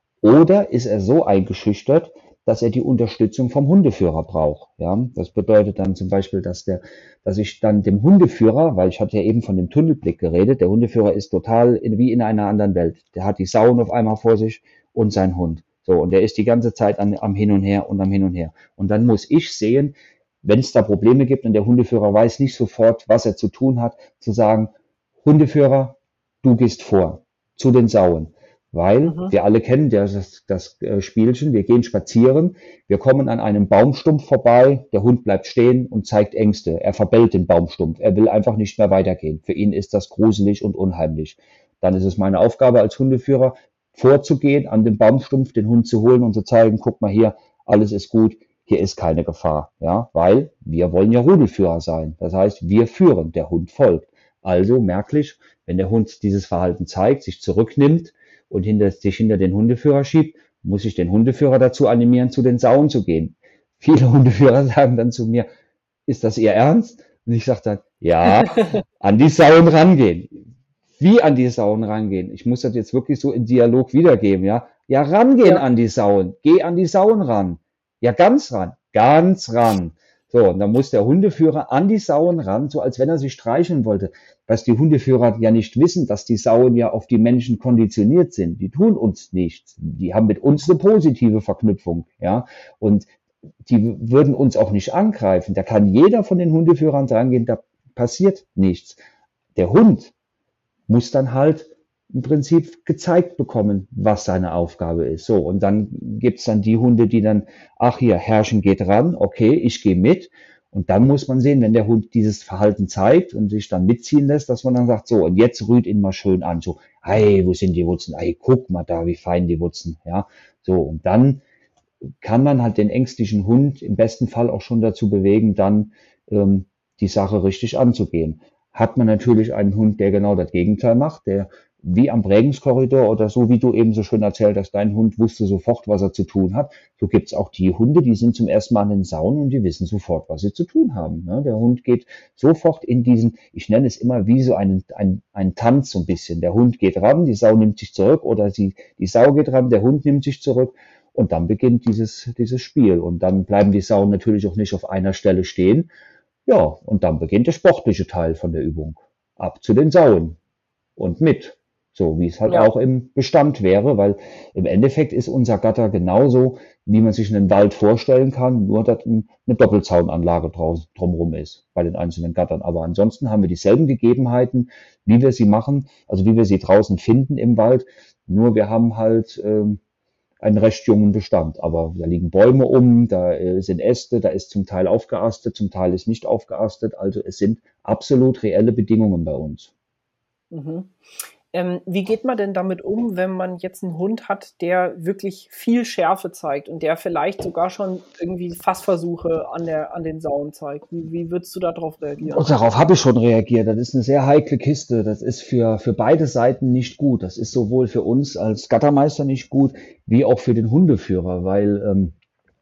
Oder ist er so eingeschüchtert, dass er die Unterstützung vom Hundeführer braucht. Ja, das bedeutet dann zum Beispiel, dass der, dass ich dann dem Hundeführer, weil ich hatte ja eben von dem Tunnelblick geredet, der Hundeführer ist total in, wie in einer anderen Welt. Der hat die Sauen auf einmal vor sich und sein Hund. So, und der ist die ganze Zeit an, am Hin und Her und am Hin und Her. Und dann muss ich sehen, wenn es da Probleme gibt und der Hundeführer weiß nicht sofort, was er zu tun hat, zu sagen, Hundeführer, du gehst vor zu den Sauen. Weil Mhm. wir alle kennen das, das äh, Spielchen, wir gehen spazieren, wir kommen an einem Baumstumpf vorbei, der Hund bleibt stehen und zeigt Ängste. Er verbellt den Baumstumpf, er will einfach nicht mehr weitergehen. Für ihn ist das gruselig und unheimlich. Dann ist es meine Aufgabe als Hundeführer, vorzugehen, an den Baumstumpf den Hund zu holen und zu zeigen, guck mal hier, alles ist gut, hier ist keine Gefahr. Ja, weil wir wollen ja Rudelführer sein. Das heißt, wir führen, der Hund folgt. Also merklich, wenn der Hund dieses Verhalten zeigt, sich zurücknimmt, und hinter, sich hinter den Hundeführer schiebt, muss ich den Hundeführer dazu animieren, zu den Sauen zu gehen. Viele Hundeführer sagen dann zu mir, ist das Ihr Ernst? Und ich sage dann, ja, an die Sauen rangehen. Wie an die Sauen rangehen? Ich muss das jetzt wirklich so in Dialog wiedergeben, ja? Ja, rangehen Ja. an die Sauen. Geh an die Sauen ran. Ja, ganz ran. Ganz ran. So, und dann muss der Hundeführer an die Sauen ran, so als wenn er sie streicheln wollte. Was die Hundeführer ja nicht wissen, dass die Sauen ja auf die Menschen konditioniert sind. Die tun uns nichts. Die haben mit uns eine positive Verknüpfung, ja. Und die würden uns auch nicht angreifen. Da kann jeder von den Hundeführern drangehen, da passiert nichts. Der Hund muss dann halt im Prinzip gezeigt bekommen, was seine Aufgabe ist. So, und dann gibt's dann die Hunde, die dann, ach hier, Herrchen geht ran, okay, ich gehe mit. Und dann muss man sehen, wenn der Hund dieses Verhalten zeigt und sich dann mitziehen lässt, dass man dann sagt, so, und jetzt rührt ihn mal schön an, so, hey, wo sind die Wutzen? Hey, guck mal da, wie fein die Wutzen, ja. So, und dann kann man halt den ängstlichen Hund im besten Fall auch schon dazu bewegen, dann ähm, die Sache richtig anzugehen. Hat man natürlich einen Hund, der genau das Gegenteil macht, der wie am Prägungskorridor oder so, wie du eben so schön erzählt hast, dein Hund wusste sofort, was er zu tun hat. So gibt's auch die Hunde, die sind zum ersten Mal an den Sauen und die wissen sofort, was sie zu tun haben. Ne? Der Hund geht sofort in diesen, ich nenne es immer wie so einen, ein, ein Tanz so ein bisschen. Der Hund geht ran, die Sau nimmt sich zurück oder sie, die Sau geht ran, der Hund nimmt sich zurück. Und dann beginnt dieses, dieses Spiel. Und dann bleiben die Sauen natürlich auch nicht auf einer Stelle stehen. Ja, und dann beginnt der sportliche Teil von der Übung. Ab zu den Sauen und mit. So wie es halt Ja. auch im Bestand wäre, weil im Endeffekt ist unser Gatter genauso, wie man sich einen Wald vorstellen kann, nur dass eine Doppelzaunanlage draußen drumherum ist bei den einzelnen Gattern. Aber ansonsten haben wir dieselben Gegebenheiten, wie wir sie machen, also wie wir sie draußen finden im Wald. Nur wir haben halt ähm, einen recht jungen Bestand. Aber da liegen Bäume um, da äh, sind Äste, da ist zum Teil aufgeastet, zum Teil ist nicht aufgeastet. Also es sind absolut reelle Bedingungen bei uns. Mhm. Ähm, wie geht man denn damit um, wenn man jetzt einen Hund hat, der wirklich viel Schärfe zeigt und der vielleicht sogar schon irgendwie Fassversuche an der an den Sauen zeigt? Wie wie würdest du da drauf reagieren? Und darauf habe ich schon reagiert. Das ist eine sehr heikle Kiste. Das ist für, für beide Seiten nicht gut. Das ist sowohl für uns als Gattermeister nicht gut, wie auch für den Hundeführer, weil ähm,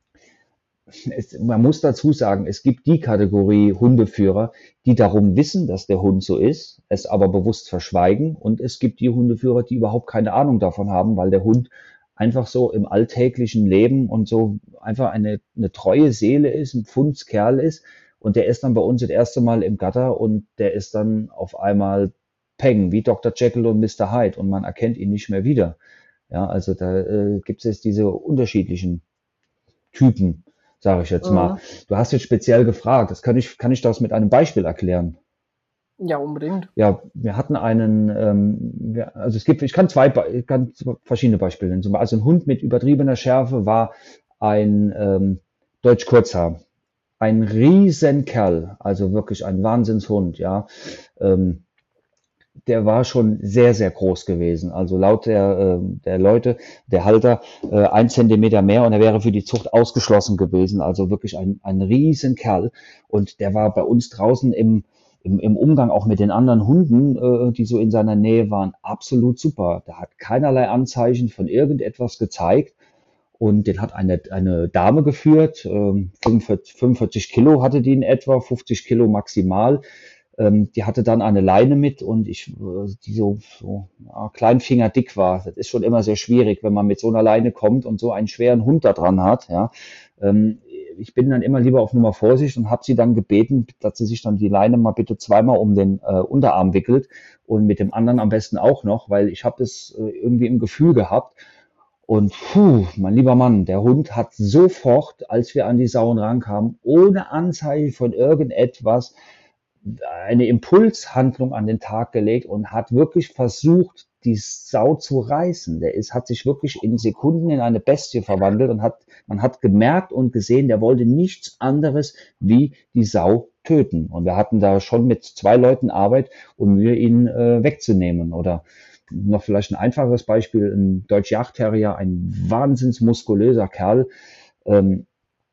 es, man muss dazu sagen, es gibt die Kategorie Hundeführer, die darum wissen, dass der Hund so ist, es aber bewusst verschweigen. Und es gibt die Hundeführer, die überhaupt keine Ahnung davon haben, weil der Hund einfach so im alltäglichen Leben und so einfach eine, eine treue Seele ist, ein Pfundskerl ist. Und der ist dann bei uns das erste Mal im Gatter und der ist dann auf einmal Peng, wie Doktor Jekyll und Mister Hyde und man erkennt ihn nicht mehr wieder. Ja, also da äh, gibt es jetzt diese unterschiedlichen Typen, sage ich jetzt mal. Mhm. Du hast jetzt speziell gefragt, das kann ich, kann ich das mit einem Beispiel erklären? Ja, unbedingt. Ja, wir hatten einen, ähm, wir, also es gibt, ich kann zwei, Be- ich kann verschiedene Beispiele nennen. Zum Beispiel, also ein Hund mit übertriebener Schärfe war ein ähm, Deutsch Kurzhaar. Ein Riesenkerl, also wirklich ein Wahnsinnshund, ja. Ähm, der war schon sehr, sehr groß gewesen. Also laut der, äh, der Leute, der Halter, äh, ein Zentimeter mehr und er wäre für die Zucht ausgeschlossen gewesen. Also wirklich ein, ein Riesenkerl. Und der war bei uns draußen im, im, im Umgang auch mit den anderen Hunden, äh, die so in seiner Nähe waren, absolut super. Da hat keinerlei Anzeichen von irgendetwas gezeigt. und den hat eine, eine Dame geführt, ähm, fünfundvierzig, fünfundvierzig Kilo hatte die in etwa, fünfzig Kilo maximal. Ähm, die hatte dann eine Leine mit und ich, äh, die so, so ja, Kleinfinger dick war. Das ist schon immer sehr schwierig, wenn man mit so einer Leine kommt und so einen schweren Hund da dran hat. Ja. Ähm, ich bin dann immer lieber auf Nummer Vorsicht und habe sie dann gebeten, dass sie sich dann die Leine mal bitte zweimal um den äh, Unterarm wickelt und mit dem anderen am besten auch noch, weil ich habe es äh, irgendwie im Gefühl gehabt. Und puh, mein lieber Mann, der Hund hat sofort, als wir an die Sauen rankamen, ohne Anzeichen von irgendetwas, eine Impulshandlung an den Tag gelegt und hat wirklich versucht, die Sau zu reißen. Der ist, hat sich wirklich in Sekunden in eine Bestie verwandelt und hat, man hat gemerkt und gesehen, der wollte nichts anderes wie die Sau töten. Und wir hatten da schon mit zwei Leuten Arbeit und Mühe, ihn äh, wegzunehmen. Oder noch vielleicht ein einfaches Beispiel, ein Deutsche Jagdterrier, ein wahnsinns muskulöser Kerl, ähm,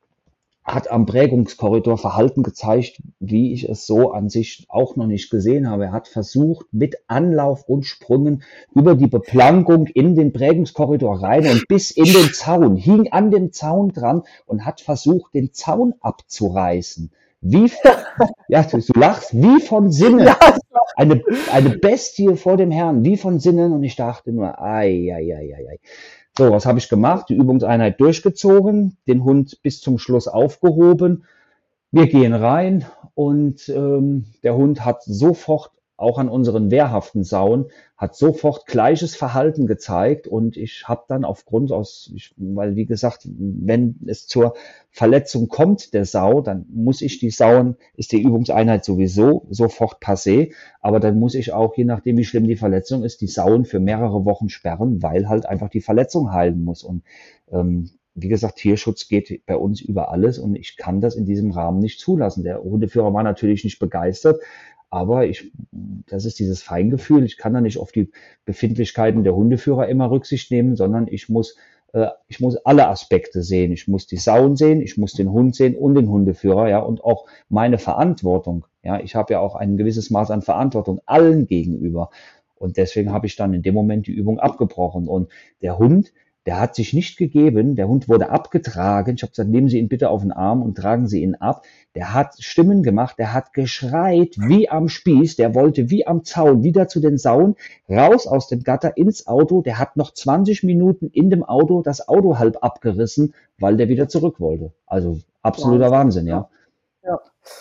hat am Prägungskorridor Verhalten gezeigt, wie ich es so an sich auch noch nicht gesehen habe. Er hat versucht, mit Anlauf und Sprüngen über die Beplankung in den Prägungskorridor rein und bis in den Zaun, hing an dem Zaun dran und hat versucht, den Zaun abzureißen. Wie, ja, du, du lachst, wie von Sinnen. Eine, eine Bestie vor dem Herrn, wie von Sinnen. Und ich dachte nur, ei, ei, ei, ei, ei. So, was habe ich gemacht? Die Übungseinheit durchgezogen, den Hund bis zum Schluss aufgehoben. Wir gehen rein und ähm, der Hund hat sofort, auch an unseren wehrhaften Sauen, hat sofort gleiches Verhalten gezeigt. Und ich habe dann aufgrund aus, ich, weil wie gesagt, wenn es zur Verletzung kommt der Sau, dann muss ich die Sauen, ist die Übungseinheit sowieso sofort passé. Aber dann muss ich auch, je nachdem wie schlimm die Verletzung ist, die Sauen für mehrere Wochen sperren, weil halt einfach die Verletzung heilen muss. Und ähm, wie gesagt, Tierschutz geht bei uns über alles und ich kann das in diesem Rahmen nicht zulassen. Der Hundeführer war natürlich nicht begeistert, aber ich, das ist dieses Feingefühl. Ich kann da nicht auf die Befindlichkeiten der Hundeführer immer Rücksicht nehmen, sondern ich muss, äh, ich muss alle Aspekte sehen. Ich muss die Sauen sehen, ich muss den Hund sehen und den Hundeführer, ja, und auch meine Verantwortung. Ja, ich habe ja auch ein gewisses Maß an Verantwortung allen gegenüber. Und deswegen habe ich dann in dem Moment die Übung abgebrochen. Und der Hund, der hat sich nicht gegeben, der Hund wurde abgetragen. Ich habe gesagt, nehmen Sie ihn bitte auf den Arm und tragen Sie ihn ab. Der hat Stimmen gemacht, der hat geschreit wie am Spieß, der wollte wie am Zaun wieder zu den Sauen, raus aus dem Gatter ins Auto. Der hat noch zwanzig Minuten in dem Auto das Auto halb abgerissen, weil der wieder zurück wollte. Also absoluter Wahnsinn, ja. Ja.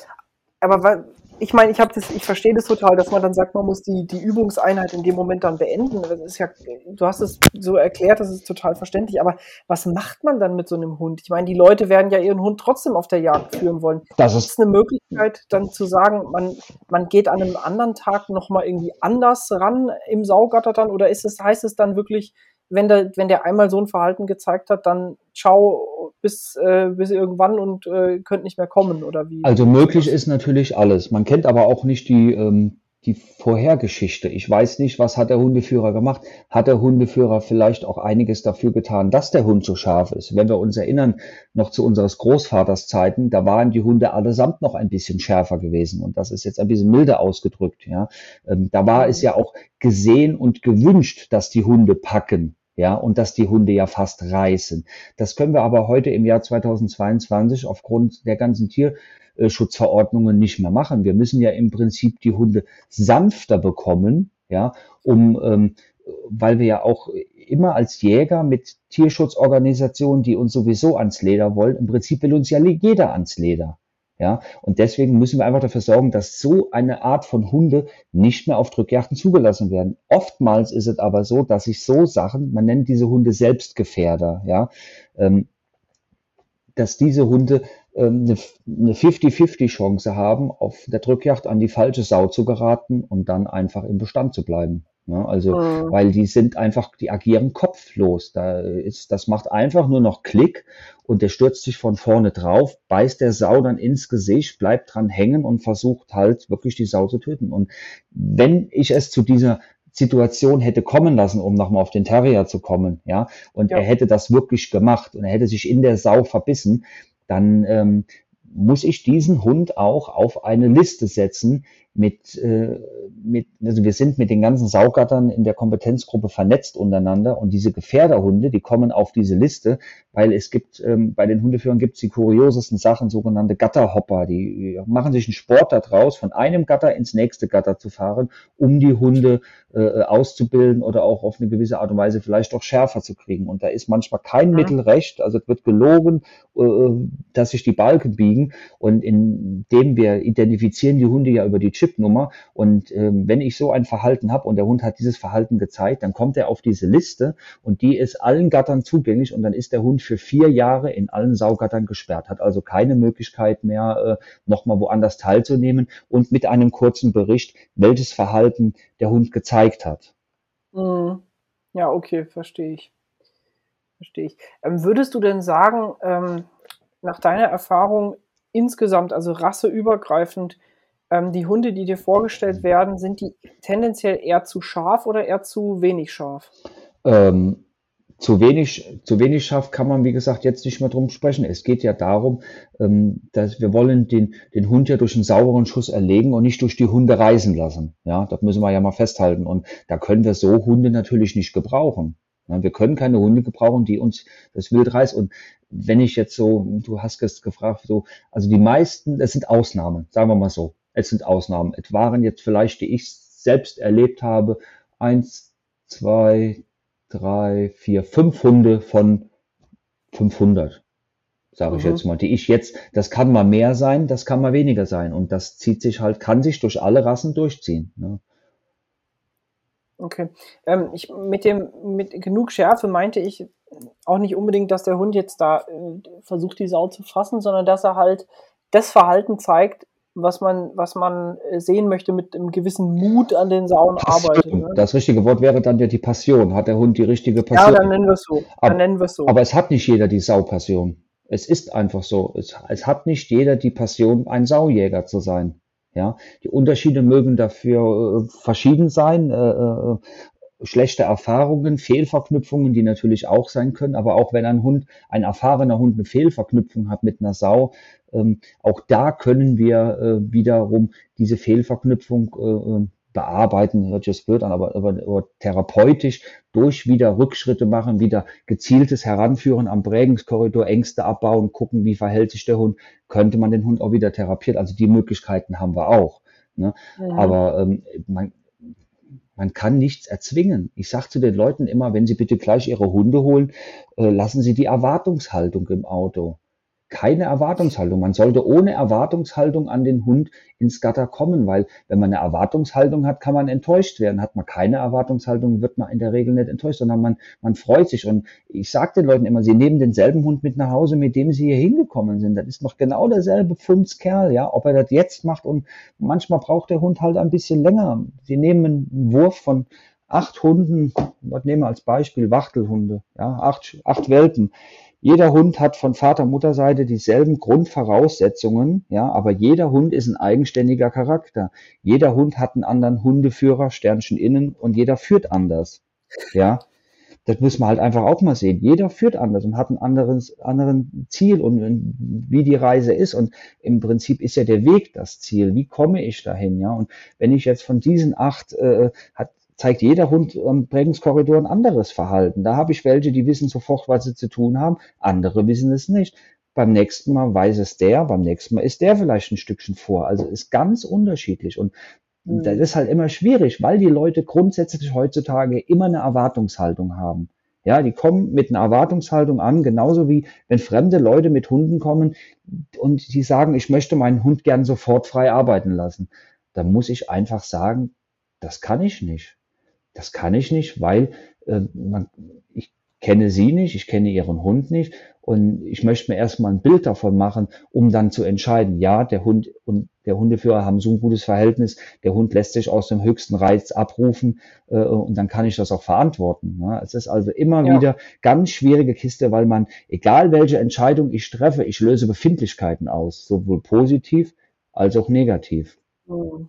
Aber weil, ich meine, ich habe das, ich verstehe das total, dass man dann sagt, man muss die, die Übungseinheit in dem Moment dann beenden. Das ist ja, du hast es so erklärt, das ist total verständlich. Aber was macht man dann mit so einem Hund? Ich meine, die Leute werden ja ihren Hund trotzdem auf der Jagd führen wollen. Das ist es eine Möglichkeit, dann zu sagen, man, man geht an einem anderen Tag nochmal irgendwie anders ran im Saugatter dann? Oder ist es, heißt es dann wirklich, wenn der, wenn der einmal so ein Verhalten gezeigt hat, dann ciao bis, äh, bis irgendwann und äh, könnt nicht mehr kommen, oder wie? Also möglich ist natürlich alles. Man kennt aber auch nicht die, ähm, die Vorhergeschichte. Ich weiß nicht, was hat der Hundeführer gemacht? Hat der Hundeführer vielleicht auch einiges dafür getan, dass der Hund so scharf ist? Wenn wir uns erinnern, noch zu unseres Großvaters Zeiten, da waren die Hunde allesamt noch ein bisschen schärfer gewesen. Und das ist jetzt ein bisschen milder ausgedrückt, ja. Ähm, da war es ja auch gesehen und gewünscht, dass die Hunde packen. Ja, und dass die Hunde ja fast reißen. Das können wir aber heute im Jahr zweitausendzweiundzwanzig aufgrund der ganzen Tierschutzverordnungen nicht mehr machen. Wir müssen ja im Prinzip die Hunde sanfter bekommen, ja, um, ähm, weil wir ja auch immer als Jäger mit Tierschutzorganisationen, die uns sowieso ans Leder wollen, im Prinzip will uns ja jeder ans Leder. Ja, und deswegen müssen wir einfach dafür sorgen, dass so eine Art von Hunde nicht mehr auf Drückjagden zugelassen werden. Oftmals ist es aber so, dass sich so Sachen, man nennt diese Hunde Selbstgefährder, ja, ähm, dass diese Hunde ähm, eine, eine fünfzig fünfzig Chance haben, auf der Drückjagd an die falsche Sau zu geraten und dann einfach im Bestand zu bleiben. Ja, also, mhm. weil die sind einfach, die agieren kopflos. Da ist, das macht einfach nur noch Klick und der stürzt sich von vorne drauf, beißt der Sau dann ins Gesicht, bleibt dran hängen und versucht halt wirklich die Sau zu töten. Und wenn ich es zu dieser Situation hätte kommen lassen, um nochmal auf den Terrier zu kommen, ja, und ja. er hätte das wirklich gemacht und er hätte sich in der Sau verbissen, dann ähm, muss ich diesen Hund auch auf eine Liste setzen, mit, äh, mit, also wir sind mit den ganzen Saugattern in der Kompetenzgruppe vernetzt untereinander und diese Gefährderhunde, die kommen auf diese Liste, weil es gibt, ähm, bei den Hundeführern gibt es die kuriosesten Sachen, sogenannte Gatterhopper, die machen sich einen Sport daraus, von einem Gatter ins nächste Gatter zu fahren, um die Hunde äh, auszubilden oder auch auf eine gewisse Art und Weise vielleicht auch schärfer zu kriegen. Und da ist manchmal kein Mhm. Mittel recht, also es wird gelogen, äh, dass sich die Balken biegen und indem wir identifizieren die Hunde ja über die Chipnummer und ähm, wenn ich so ein Verhalten habe und der Hund hat dieses Verhalten gezeigt, dann kommt er auf diese Liste und die ist allen Gattern zugänglich und dann ist der Hund für vier Jahre in allen Saugattern gesperrt, hat also keine Möglichkeit mehr, äh, nochmal woanders teilzunehmen und mit einem kurzen Bericht, welches Verhalten der Hund gezeigt hat. Mhm. Ja, okay, verstehe ich. Verstehe ich. Ähm, würdest du denn sagen, ähm, nach deiner Erfahrung insgesamt, also rasseübergreifend, ähm, die Hunde, die dir vorgestellt werden, sind die tendenziell eher zu scharf oder eher zu wenig scharf? Ähm, zu wenig, zu wenig scharf kann man, wie gesagt, jetzt nicht mehr drum sprechen. Es geht ja darum, ähm, dass wir wollen den, den Hund ja durch einen sauberen Schuss erlegen und nicht durch die Hunde reißen lassen. Ja, das müssen wir ja mal festhalten. Und da können wir so Hunde natürlich nicht gebrauchen. Ja, wir können keine Hunde gebrauchen, die uns das Wild reißen. Und wenn ich jetzt so, du hast es gefragt, so, also die meisten, das sind Ausnahmen, sagen wir mal so. Es sind Ausnahmen. Es waren jetzt vielleicht, die ich selbst erlebt habe, eins, zwei, drei, vier, fünf Hunde von fünfhundert, sage ich Mhm. jetzt mal, die ich jetzt, das kann mal mehr sein, das kann mal weniger sein und das zieht sich halt, kann sich durch alle Rassen durchziehen. Ne? Okay. Ähm, ich, mit dem, mit genug Schärfe meinte ich auch nicht unbedingt, dass der Hund jetzt da äh, versucht, die Sau zu fassen, sondern dass er halt das Verhalten zeigt, was man, was man äh, sehen möchte, mit einem gewissen Mut an den Sauen arbeitet. Passion. Ne? Das richtige Wort wäre dann ja die Passion. Hat der Hund die richtige Ja, Passion? dann nennen wir es so. Dann Aber, nennen wir es so. aber es hat nicht jeder die Saupassion. Es ist einfach so. Es, es hat nicht jeder die Passion, ein Saujäger zu sein. Ja, die Unterschiede mögen dafür äh, verschieden sein. Äh, äh, schlechte Erfahrungen, Fehlverknüpfungen, die natürlich auch sein können. Aber auch wenn ein Hund, ein erfahrener Hund eine Fehlverknüpfung hat mit einer Sau, ähm, auch da können wir äh, wiederum diese Fehlverknüpfung äh, bearbeiten, hört sich das blöd an, aber, aber, aber therapeutisch durch wieder Rückschritte machen, wieder gezieltes Heranführen am Prägungskorridor, Ängste abbauen, gucken, wie verhält sich der Hund, könnte man den Hund auch wieder therapieren. Also die Möglichkeiten haben wir auch. Ne? Mhm. Aber ähm, man, man kann nichts erzwingen. Ich sage zu den Leuten immer, wenn sie bitte gleich ihre Hunde holen, äh, lassen Sie die Erwartungshaltung im Auto. Keine Erwartungshaltung. Man sollte ohne Erwartungshaltung an den Hund ins Gatter kommen, weil wenn man eine Erwartungshaltung hat, kann man enttäuscht werden. Hat man keine Erwartungshaltung, wird man in der Regel nicht enttäuscht, sondern man, man freut sich. Und ich sage den Leuten immer, sie nehmen denselben Hund mit nach Hause, mit dem sie hier hingekommen sind. Das ist noch genau derselbe Pfundskerl, ja, ob er das jetzt macht. Und manchmal braucht der Hund halt ein bisschen länger. Sie nehmen einen Wurf von acht Hunden, was nehmen wir als Beispiel, Wachtelhunde, ja, acht, acht Welpen. Jeder Hund hat von Vater-Mutter-Seite dieselben Grundvoraussetzungen, ja, aber jeder Hund ist ein eigenständiger Charakter. Jeder Hund hat einen anderen Hundeführer, Sternchen innen, und jeder führt anders, ja. Das muss man halt einfach auch mal sehen. Jeder führt anders und hat ein anderes, anderen Ziel und, und wie die Reise ist. Und im Prinzip ist ja der Weg das Ziel. Wie komme ich dahin, ja? Und wenn ich jetzt von diesen acht, äh, hat, zeigt jeder Hund am Prägungskorridor ein anderes Verhalten. Da habe ich welche, die wissen sofort, was sie zu tun haben. Andere wissen es nicht. Beim nächsten Mal weiß es der, beim nächsten Mal ist der vielleicht ein Stückchen vor. Also ist ganz unterschiedlich. Und das ist halt immer schwierig, weil die Leute grundsätzlich heutzutage immer eine Erwartungshaltung haben. Ja, die kommen mit einer Erwartungshaltung an, genauso wie wenn fremde Leute mit Hunden kommen und die sagen, ich möchte meinen Hund gern sofort frei arbeiten lassen. Dann muss ich einfach sagen, das kann ich nicht. Das kann ich nicht, weil äh, man, ich kenne sie nicht, ich kenne ihren Hund nicht und ich möchte mir erstmal ein Bild davon machen, um dann zu entscheiden, ja, der Hund und der Hundeführer haben so ein gutes Verhältnis, der Hund lässt sich aus dem höchsten Reiz abrufen äh, und dann kann ich das auch verantworten. Ne? Es ist also immer Ja. wieder ganz schwierige Kiste, weil man, egal welche Entscheidung ich treffe, ich löse Befindlichkeiten aus, sowohl positiv als auch negativ. Mhm.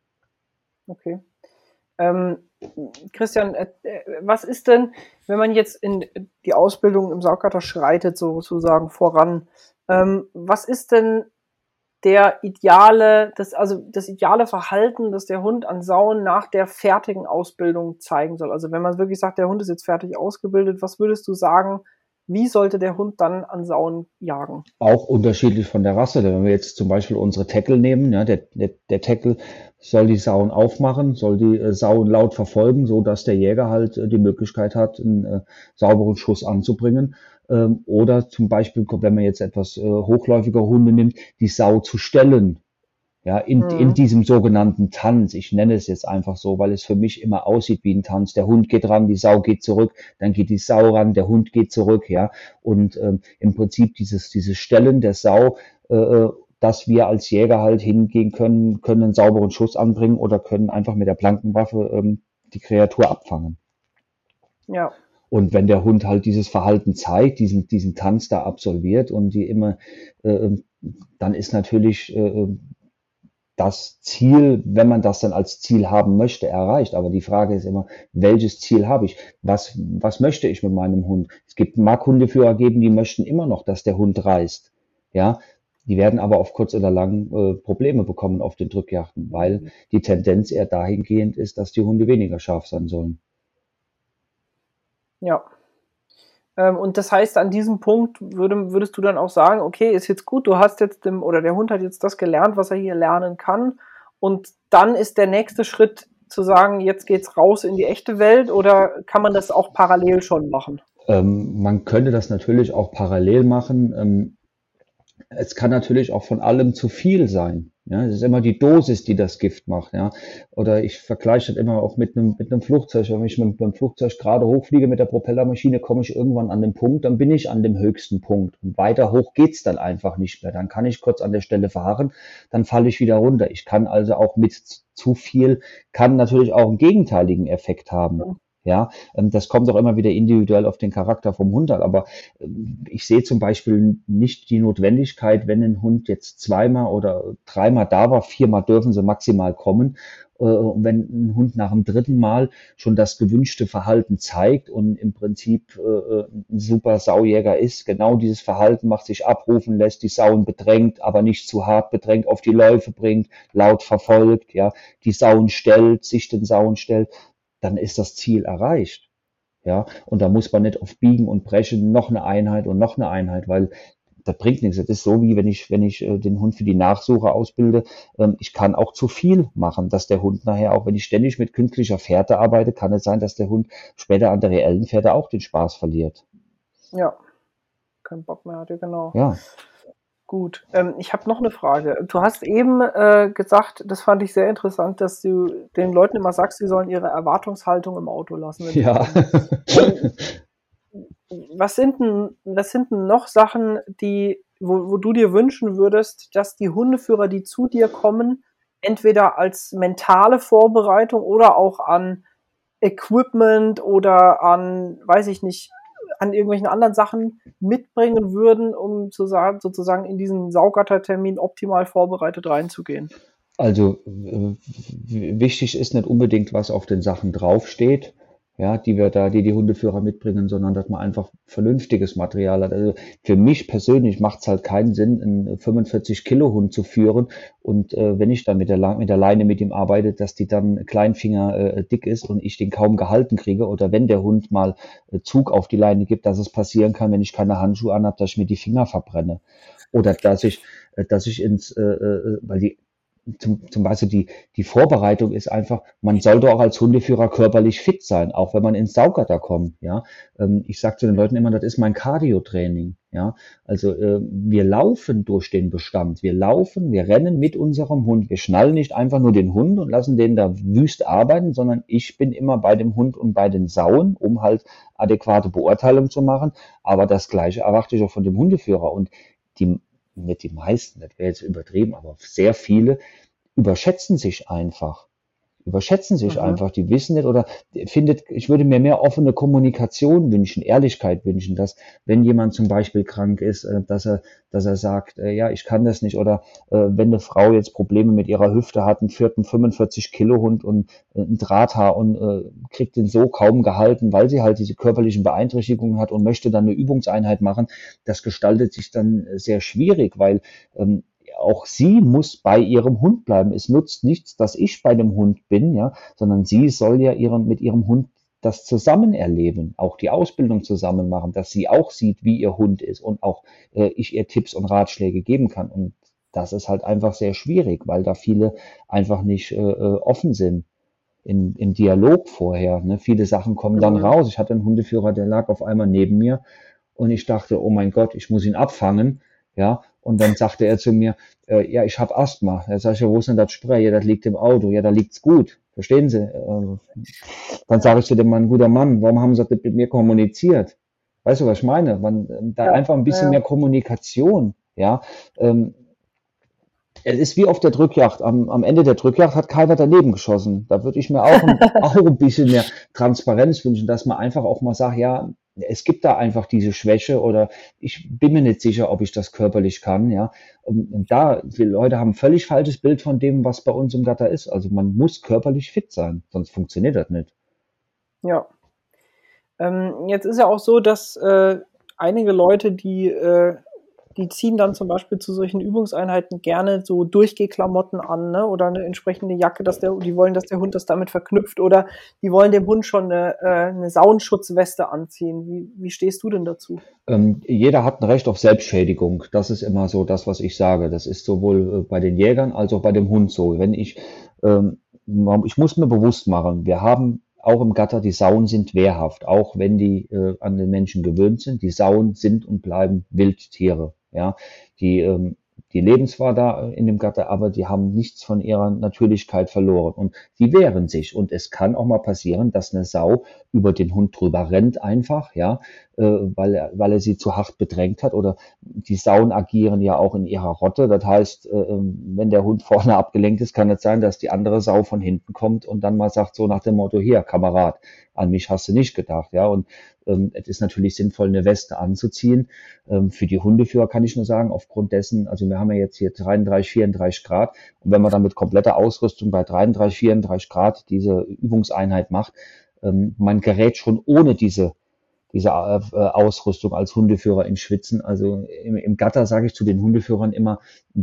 Okay. Ähm, Christian, äh, was ist denn, wenn man jetzt in die Ausbildung im Sauggatter schreitet, sozusagen voran, ähm, was ist denn der ideale, das, also das ideale Verhalten, das der Hund an Sauen nach der fertigen Ausbildung zeigen soll? Also wenn man wirklich sagt, der Hund ist jetzt fertig ausgebildet, was würdest du sagen, wie sollte der Hund dann an Sauen jagen? Auch unterschiedlich von der Rasse. Wenn wir jetzt zum Beispiel unsere Tackle nehmen, ja, der, der, der Tackle soll die Sauen aufmachen, soll die äh, Sauen laut verfolgen, so dass der Jäger halt äh, die Möglichkeit hat, einen äh, sauberen Schuss anzubringen. Ähm, oder zum Beispiel, wenn man jetzt etwas äh, hochläufigere Hunde nimmt, die Sau zu stellen. Ja, in, in Mhm. diesem sogenannten Tanz. Ich nenne es jetzt einfach so, weil es für mich immer aussieht wie ein Tanz. Der Hund geht ran, die Sau geht zurück, dann geht die Sau ran, der Hund geht zurück, ja. Und ähm, im Prinzip dieses, dieses Stellen der Sau, äh, dass wir als Jäger halt hingehen können, können einen sauberen Schuss anbringen oder können einfach mit der blanken Waffe ähm, die Kreatur abfangen. Ja, Und wenn der Hund halt dieses Verhalten zeigt, diesen, diesen Tanz da absolviert und die immer, äh, dann ist natürlich äh, das Ziel, wenn man das dann als Ziel haben möchte, erreicht. Aber die Frage ist immer, welches Ziel habe ich? Was, was möchte ich mit meinem Hund? Es gibt, mag Hundeführer geben, die möchten immer noch, dass der Hund reißt. Ja, die werden aber auf kurz oder lang äh, Probleme bekommen auf den Drückjachten, weil die Tendenz eher dahingehend ist, dass die Hunde weniger scharf sein sollen. ja. Ähm, und das heißt, an diesem Punkt würde, würdest du dann auch sagen, okay, ist jetzt gut, du hast jetzt dem, oder der Hund hat jetzt das gelernt, was er hier lernen kann. Und dann ist der nächste Schritt zu sagen, jetzt geht's raus in die echte Welt, oder kann man das auch parallel schon machen? Ähm, man könnte das natürlich auch parallel machen. Ähm, es kann natürlich auch von allem zu viel sein. Ja, es ist immer die Dosis, die das Gift macht. Ja, oder ich vergleiche das immer auch mit einem mit einem Flugzeug. Wenn ich mit dem Flugzeug gerade hochfliege mit der Propellermaschine, komme ich irgendwann an den Punkt, dann bin ich an dem höchsten Punkt. Und weiter hoch geht's dann einfach nicht mehr. Dann kann ich kurz an der Stelle fahren, dann falle ich wieder runter. Ich kann also auch mit zu viel, kann natürlich auch einen gegenteiligen Effekt haben. Ja, ähm, das kommt auch immer wieder individuell auf den Charakter vom Hund an. Aber ähm, ich sehe zum Beispiel nicht die Notwendigkeit, wenn ein Hund jetzt zweimal oder dreimal da war, viermal dürfen sie maximal kommen. Äh, und wenn ein Hund nach dem dritten Mal schon das gewünschte Verhalten zeigt und im Prinzip äh, ein super Saujäger ist, genau dieses Verhalten macht, sich abrufen lässt, die Sauen bedrängt, aber nicht zu hart bedrängt, auf die Läufe bringt, laut verfolgt, ja, die Sauen stellt, sich den Sauen stellt, dann ist das Ziel erreicht. Ja, und da muss man nicht auf Biegen und Brechen noch eine Einheit und noch eine Einheit, weil das bringt nichts. Das ist so, wie wenn ich, wenn ich äh, den Hund für die Nachsuche ausbilde. Ähm, ich kann auch zu viel machen, dass der Hund nachher, auch wenn ich ständig mit künstlicher Fährte arbeite, kann es sein, dass der Hund später an der reellen Fährte auch den Spaß verliert. Ja, keinen Bock mehr hatte, genau. Ja. Gut, ähm, ich habe noch eine Frage. Du hast eben äh, gesagt, das fand ich sehr interessant, dass du den Leuten immer sagst, sie sollen ihre Erwartungshaltung im Auto lassen. wenn sie Ja. kommen. Was sind denn, was sind denn noch Sachen, die, wo, wo du dir wünschen würdest, dass die Hundeführer, die zu dir kommen, entweder als mentale Vorbereitung oder auch an Equipment oder an, weiß ich nicht, an irgendwelchen anderen Sachen mitbringen würden, um zu sagen, sozusagen in diesen Saugattertermin optimal vorbereitet reinzugehen? Also äh, wichtig ist nicht unbedingt, was auf den Sachen draufsteht, ja, die wir da, die die Hundeführer mitbringen, sondern dass man einfach vernünftiges Material hat. Also für mich persönlich macht es halt keinen Sinn, einen fünfundvierzig Kilo Hund zu führen und äh, wenn ich dann mit der, mit der Leine mit ihm arbeite, dass die dann Kleinfinger äh, dick ist und ich den kaum gehalten kriege, oder wenn der Hund mal äh, Zug auf die Leine gibt, dass es passieren kann, wenn ich keine Handschuhe anhabe, dass ich mir die Finger verbrenne. Oder dass ich, äh, dass ich ins, äh, äh, weil die Zum, zum Beispiel die, die Vorbereitung ist einfach, man sollte auch als Hundeführer körperlich fit sein, auch wenn man ins Saugatter kommt, ja. Ähm, ich sage zu den Leuten immer, das ist mein Cardio-Training, ja. Also äh, wir laufen durch den Bestand, wir laufen, wir rennen mit unserem Hund, wir schnallen nicht einfach nur den Hund und lassen den da wüst arbeiten, sondern ich bin immer bei dem Hund und bei den Sauen, um halt adäquate Beurteilung zu machen, aber das Gleiche erwarte ich auch von dem Hundeführer und die nicht die meisten, das wäre jetzt übertrieben, aber sehr viele überschätzen sich einfach. Überschätzen sich Mhm. einfach, die wissen nicht oder findet, ich würde mir mehr offene Kommunikation wünschen, Ehrlichkeit wünschen, dass wenn jemand zum Beispiel krank ist, äh, dass er, dass er sagt, äh, ja, ich kann das nicht, oder äh, wenn eine Frau jetzt Probleme mit ihrer Hüfte hat, einen vierten fünfundvierzig Kilo Hund und äh, ein Drahthaar und äh, kriegt den so kaum gehalten, weil sie halt diese körperlichen Beeinträchtigungen hat und möchte dann eine Übungseinheit machen, das gestaltet sich dann sehr schwierig, weil ähm, auch sie muss bei ihrem Hund bleiben. Es nutzt nichts, dass ich bei dem Hund bin, ja, sondern sie soll ja ihren, mit ihrem Hund das zusammen erleben, auch die Ausbildung zusammen machen, dass sie auch sieht, wie ihr Hund ist und auch äh, ich ihr Tipps und Ratschläge geben kann. Und das ist halt einfach sehr schwierig, weil da viele einfach nicht äh, äh, offen sind in, im Dialog vorher. Ne? Viele Sachen kommen dann Mhm. raus. Ich hatte einen Hundeführer, der lag auf einmal neben mir und ich dachte, oh mein Gott, ich muss ihn abfangen. Ja, und dann sagte er zu mir, äh, ja, ich habe Asthma. Da sag ich, ja, wo ist denn das Spray? Ja, das liegt im Auto. Ja, da liegt's gut. Verstehen Sie? Äh, dann sage ich zu dem Mann, guter Mann, warum haben Sie das nicht mit mir kommuniziert? Weißt du, was ich meine? Man, da Ja, einfach ein bisschen ja, mehr Kommunikation. Ja, ähm, es ist wie auf der Drückjagd. Am, am Ende der Drückjagd hat keiner daneben geschossen. Da würde ich mir auch ein, auch ein bisschen mehr Transparenz wünschen, dass man einfach auch mal sagt, ja, es gibt da einfach diese Schwäche oder ich bin mir nicht sicher, ob ich das körperlich kann, ja. Und, und da, die Leute haben ein völlig falsches Bild von dem, was bei uns im Gatter ist. Also man muss körperlich fit sein, sonst funktioniert das nicht. ja. Ähm, jetzt ist ja auch so, dass äh, einige Leute, die, äh, die ziehen dann zum Beispiel zu solchen Übungseinheiten gerne so Durchgehklamotten an, ne? Oder eine entsprechende Jacke, dass der, die wollen, dass der Hund das damit verknüpft, oder die wollen dem Hund schon eine, äh, eine Saunenschutzweste anziehen. Wie, wie stehst du denn dazu? Ähm, jeder hat ein Recht auf Selbstschädigung. Das ist immer so das, was ich sage. Das ist sowohl äh, bei den Jägern als auch bei dem Hund so. Wenn ich, ähm, man- ich muss mir bewusst machen, wir haben auch im Gatter, die Sauen sind wehrhaft, auch wenn die äh, an den Menschen gewöhnt sind. Die Sauen sind und bleiben Wildtiere. Ja, die, ähm, die leben zwar da in dem Gatter, aber die haben nichts von ihrer Natürlichkeit verloren und die wehren sich. Und es kann auch mal passieren, dass eine Sau über den Hund drüber rennt einfach, ja, äh, weil er, weil er sie zu hart bedrängt hat. Oder die Sauen agieren ja auch in ihrer Rotte. Das heißt, äh, wenn der Hund vorne abgelenkt ist, kann es sein, dass die andere Sau von hinten kommt und dann mal sagt so nach dem Motto, hier, Kamerad, an mich hast du nicht gedacht, ja. Und ähm, es ist natürlich sinnvoll, eine Weste anzuziehen. Ähm, für die Hundeführer kann ich nur sagen, aufgrund dessen, also wir haben ja jetzt hier dreiunddreißig, vierunddreißig Grad und wenn man dann mit kompletter Ausrüstung bei dreiunddreißig, vierunddreißig Grad diese Übungseinheit macht, ähm, man gerät schon ohne diese diese äh, Ausrüstung als Hundeführer in Schwitzen. Also im, im Gatter sage ich zu den Hundeführern immer,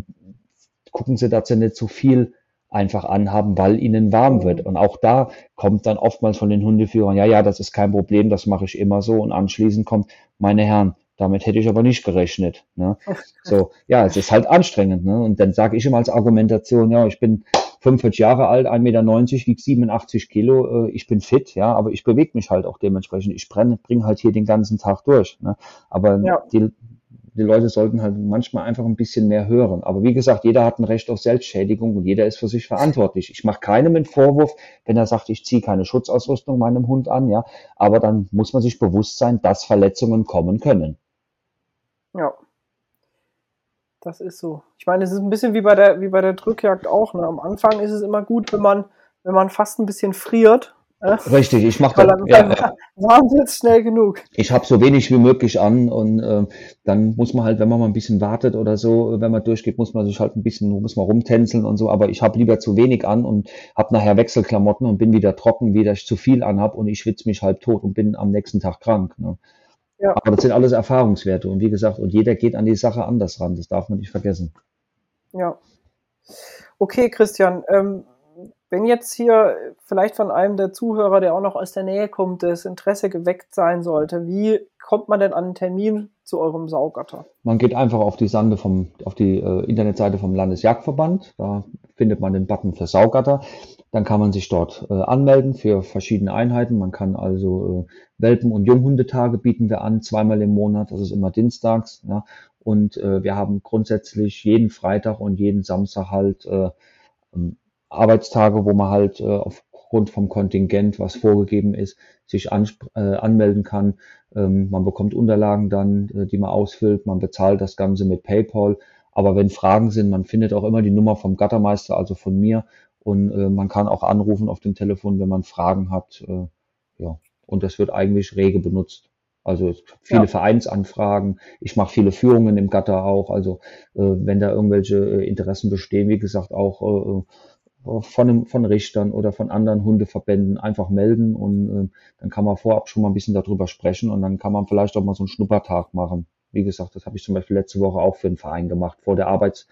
gucken Sie, dass Sie nicht zu viel einfach anhaben, weil ihnen warm wird. Und auch da kommt dann oftmals von den Hundeführern, ja, ja, das ist kein Problem, das mache ich immer so. Und anschließend kommt, meine Herren, damit hätte ich aber nicht gerechnet. Ne? So, ja, es ist halt anstrengend. Ne? Und dann sage ich immer als Argumentation, ja, ich bin fünfundvierzig Jahre alt, ein Meter neunzig, wiege siebenundachtzig Kilo, äh, ich bin fit, ja, aber ich bewege mich halt auch dementsprechend. Ich brenne, bringe halt hier den ganzen Tag durch. Ne? Aber Ja, die, die Leute sollten halt manchmal einfach ein bisschen mehr hören. Aber wie gesagt, jeder hat ein Recht auf Selbstschädigung und jeder ist für sich verantwortlich. Ich mache keinem einen Vorwurf, wenn er sagt, ich ziehe keine Schutzausrüstung meinem Hund an, ja. Aber dann muss man sich bewusst sein, dass Verletzungen kommen können. ja, das ist so. Ich meine, es ist ein bisschen wie bei der, wie bei der Drückjagd auch. Ne? Am Anfang ist es immer gut, wenn man, wenn man fast ein bisschen friert. Äh? Richtig, ich mache Weil das, dann, ja, dann ja. warm wird es schnell genug. Ich habe so wenig wie möglich an und äh, dann muss man halt, wenn man mal ein bisschen wartet oder so, wenn man durchgeht, muss man sich halt ein bisschen, muss man rumtänzeln und so. Aber ich habe lieber zu wenig an und habe nachher Wechselklamotten und bin wieder trocken, wie dass ich zu viel anhab und ich schwitze mich halb tot und bin am nächsten Tag krank. Ne? Ja, Aber das sind alles Erfahrungswerte und wie gesagt, und jeder geht an die Sache anders ran. Das darf man nicht vergessen. ja. Okay, Christian, ähm, wenn jetzt hier vielleicht von einem der Zuhörer, der auch noch aus der Nähe kommt, das Interesse geweckt sein sollte, wie kommt man denn an einen Termin zu eurem Saugatter? Man geht einfach auf die Sande vom, auf die äh, Internetseite vom Landesjagdverband. Da findet man den Button für Saugatter. Dann kann man sich dort äh, anmelden für verschiedene Einheiten. Man kann also äh, Welpen- und Junghundetage bieten wir an, zweimal im Monat. Das ist immer dienstags. Ja. Und äh, wir haben grundsätzlich jeden Freitag und jeden Samstag halt äh, ähm, Arbeitstage, wo man halt äh, aufgrund vom Kontingent, was vorgegeben ist, sich ansp- äh, anmelden kann. Ähm, man bekommt Unterlagen dann, äh, die man ausfüllt. Man bezahlt das Ganze mit PayPal. Aber wenn Fragen sind, man findet auch immer die Nummer vom Gattermeister, also von mir. Und äh, man kann auch anrufen auf dem Telefon, wenn man Fragen hat. Äh, ja, und das wird eigentlich rege benutzt. Also es gibt viele Ja, Vereinsanfragen. Ich mache viele Führungen im Gatter auch. Also äh, wenn da irgendwelche äh, Interessen bestehen, wie gesagt, auch äh, von, einem, von Richtern oder von anderen Hundeverbänden einfach melden und äh, dann kann man vorab schon mal ein bisschen darüber sprechen und dann kann man vielleicht auch mal so einen Schnuppertag machen. Wie gesagt, das habe ich zum Beispiel letzte Woche auch für einen Verein gemacht. Vor der Arbeitswoche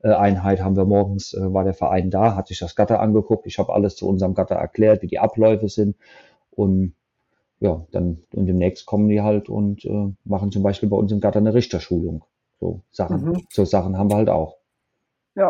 äh, Einheit haben wir morgens, äh, war der Verein da, hat sich das Gatter angeguckt. Ich habe alles zu unserem Gatter erklärt, wie die Abläufe sind. Und ja, dann und demnächst kommen die halt und äh, machen zum Beispiel bei uns im Gatter eine Richterschulung. So Sachen, Mhm. so Sachen haben wir halt auch. Ja.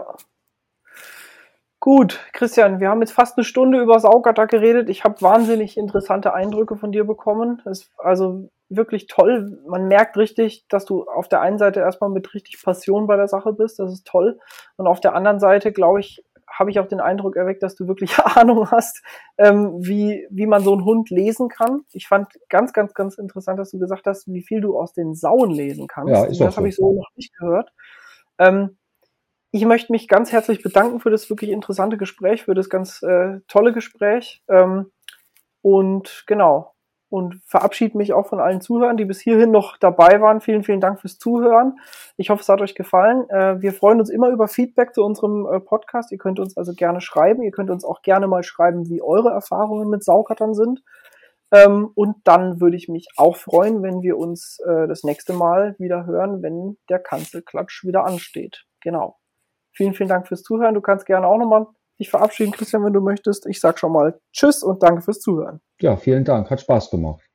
Gut, Christian, wir haben jetzt fast eine Stunde über Saugatter geredet. Ich habe wahnsinnig interessante Eindrücke von dir bekommen. Das ist also wirklich toll. Man merkt richtig, dass du auf der einen Seite erstmal mit richtig Passion bei der Sache bist. Das ist toll. Und auf der anderen Seite, glaube ich, habe ich auch den Eindruck erweckt, dass du wirklich Ahnung hast, ähm, wie, wie man so einen Hund lesen kann. Ich fand ganz, ganz, ganz interessant, dass du gesagt hast, wie viel du aus den Sauen lesen kannst. Ja, ist auch Das habe so. ich so noch nicht gehört. Ähm, Ich möchte mich ganz herzlich bedanken für das wirklich interessante Gespräch, für das ganz äh, tolle Gespräch. Ähm, und genau. Und verabschiede mich auch von allen Zuhörern, die bis hierhin noch dabei waren. Vielen, vielen Dank fürs Zuhören. Ich hoffe, es hat euch gefallen. Äh, wir freuen uns immer über Feedback zu unserem äh, Podcast. Ihr könnt uns also gerne schreiben. Ihr könnt uns auch gerne mal schreiben, wie eure Erfahrungen mit Saugattern sind. Ähm, und dann würde ich mich auch freuen, wenn wir uns äh, das nächste Mal wieder hören, wenn der Kanzelklatsch wieder ansteht. Genau. Vielen, vielen Dank fürs Zuhören. Du kannst gerne auch nochmal dich verabschieden, Christian, wenn du möchtest. Ich sag schon mal Tschüss und danke fürs Zuhören. Ja, vielen Dank, hat Spaß gemacht.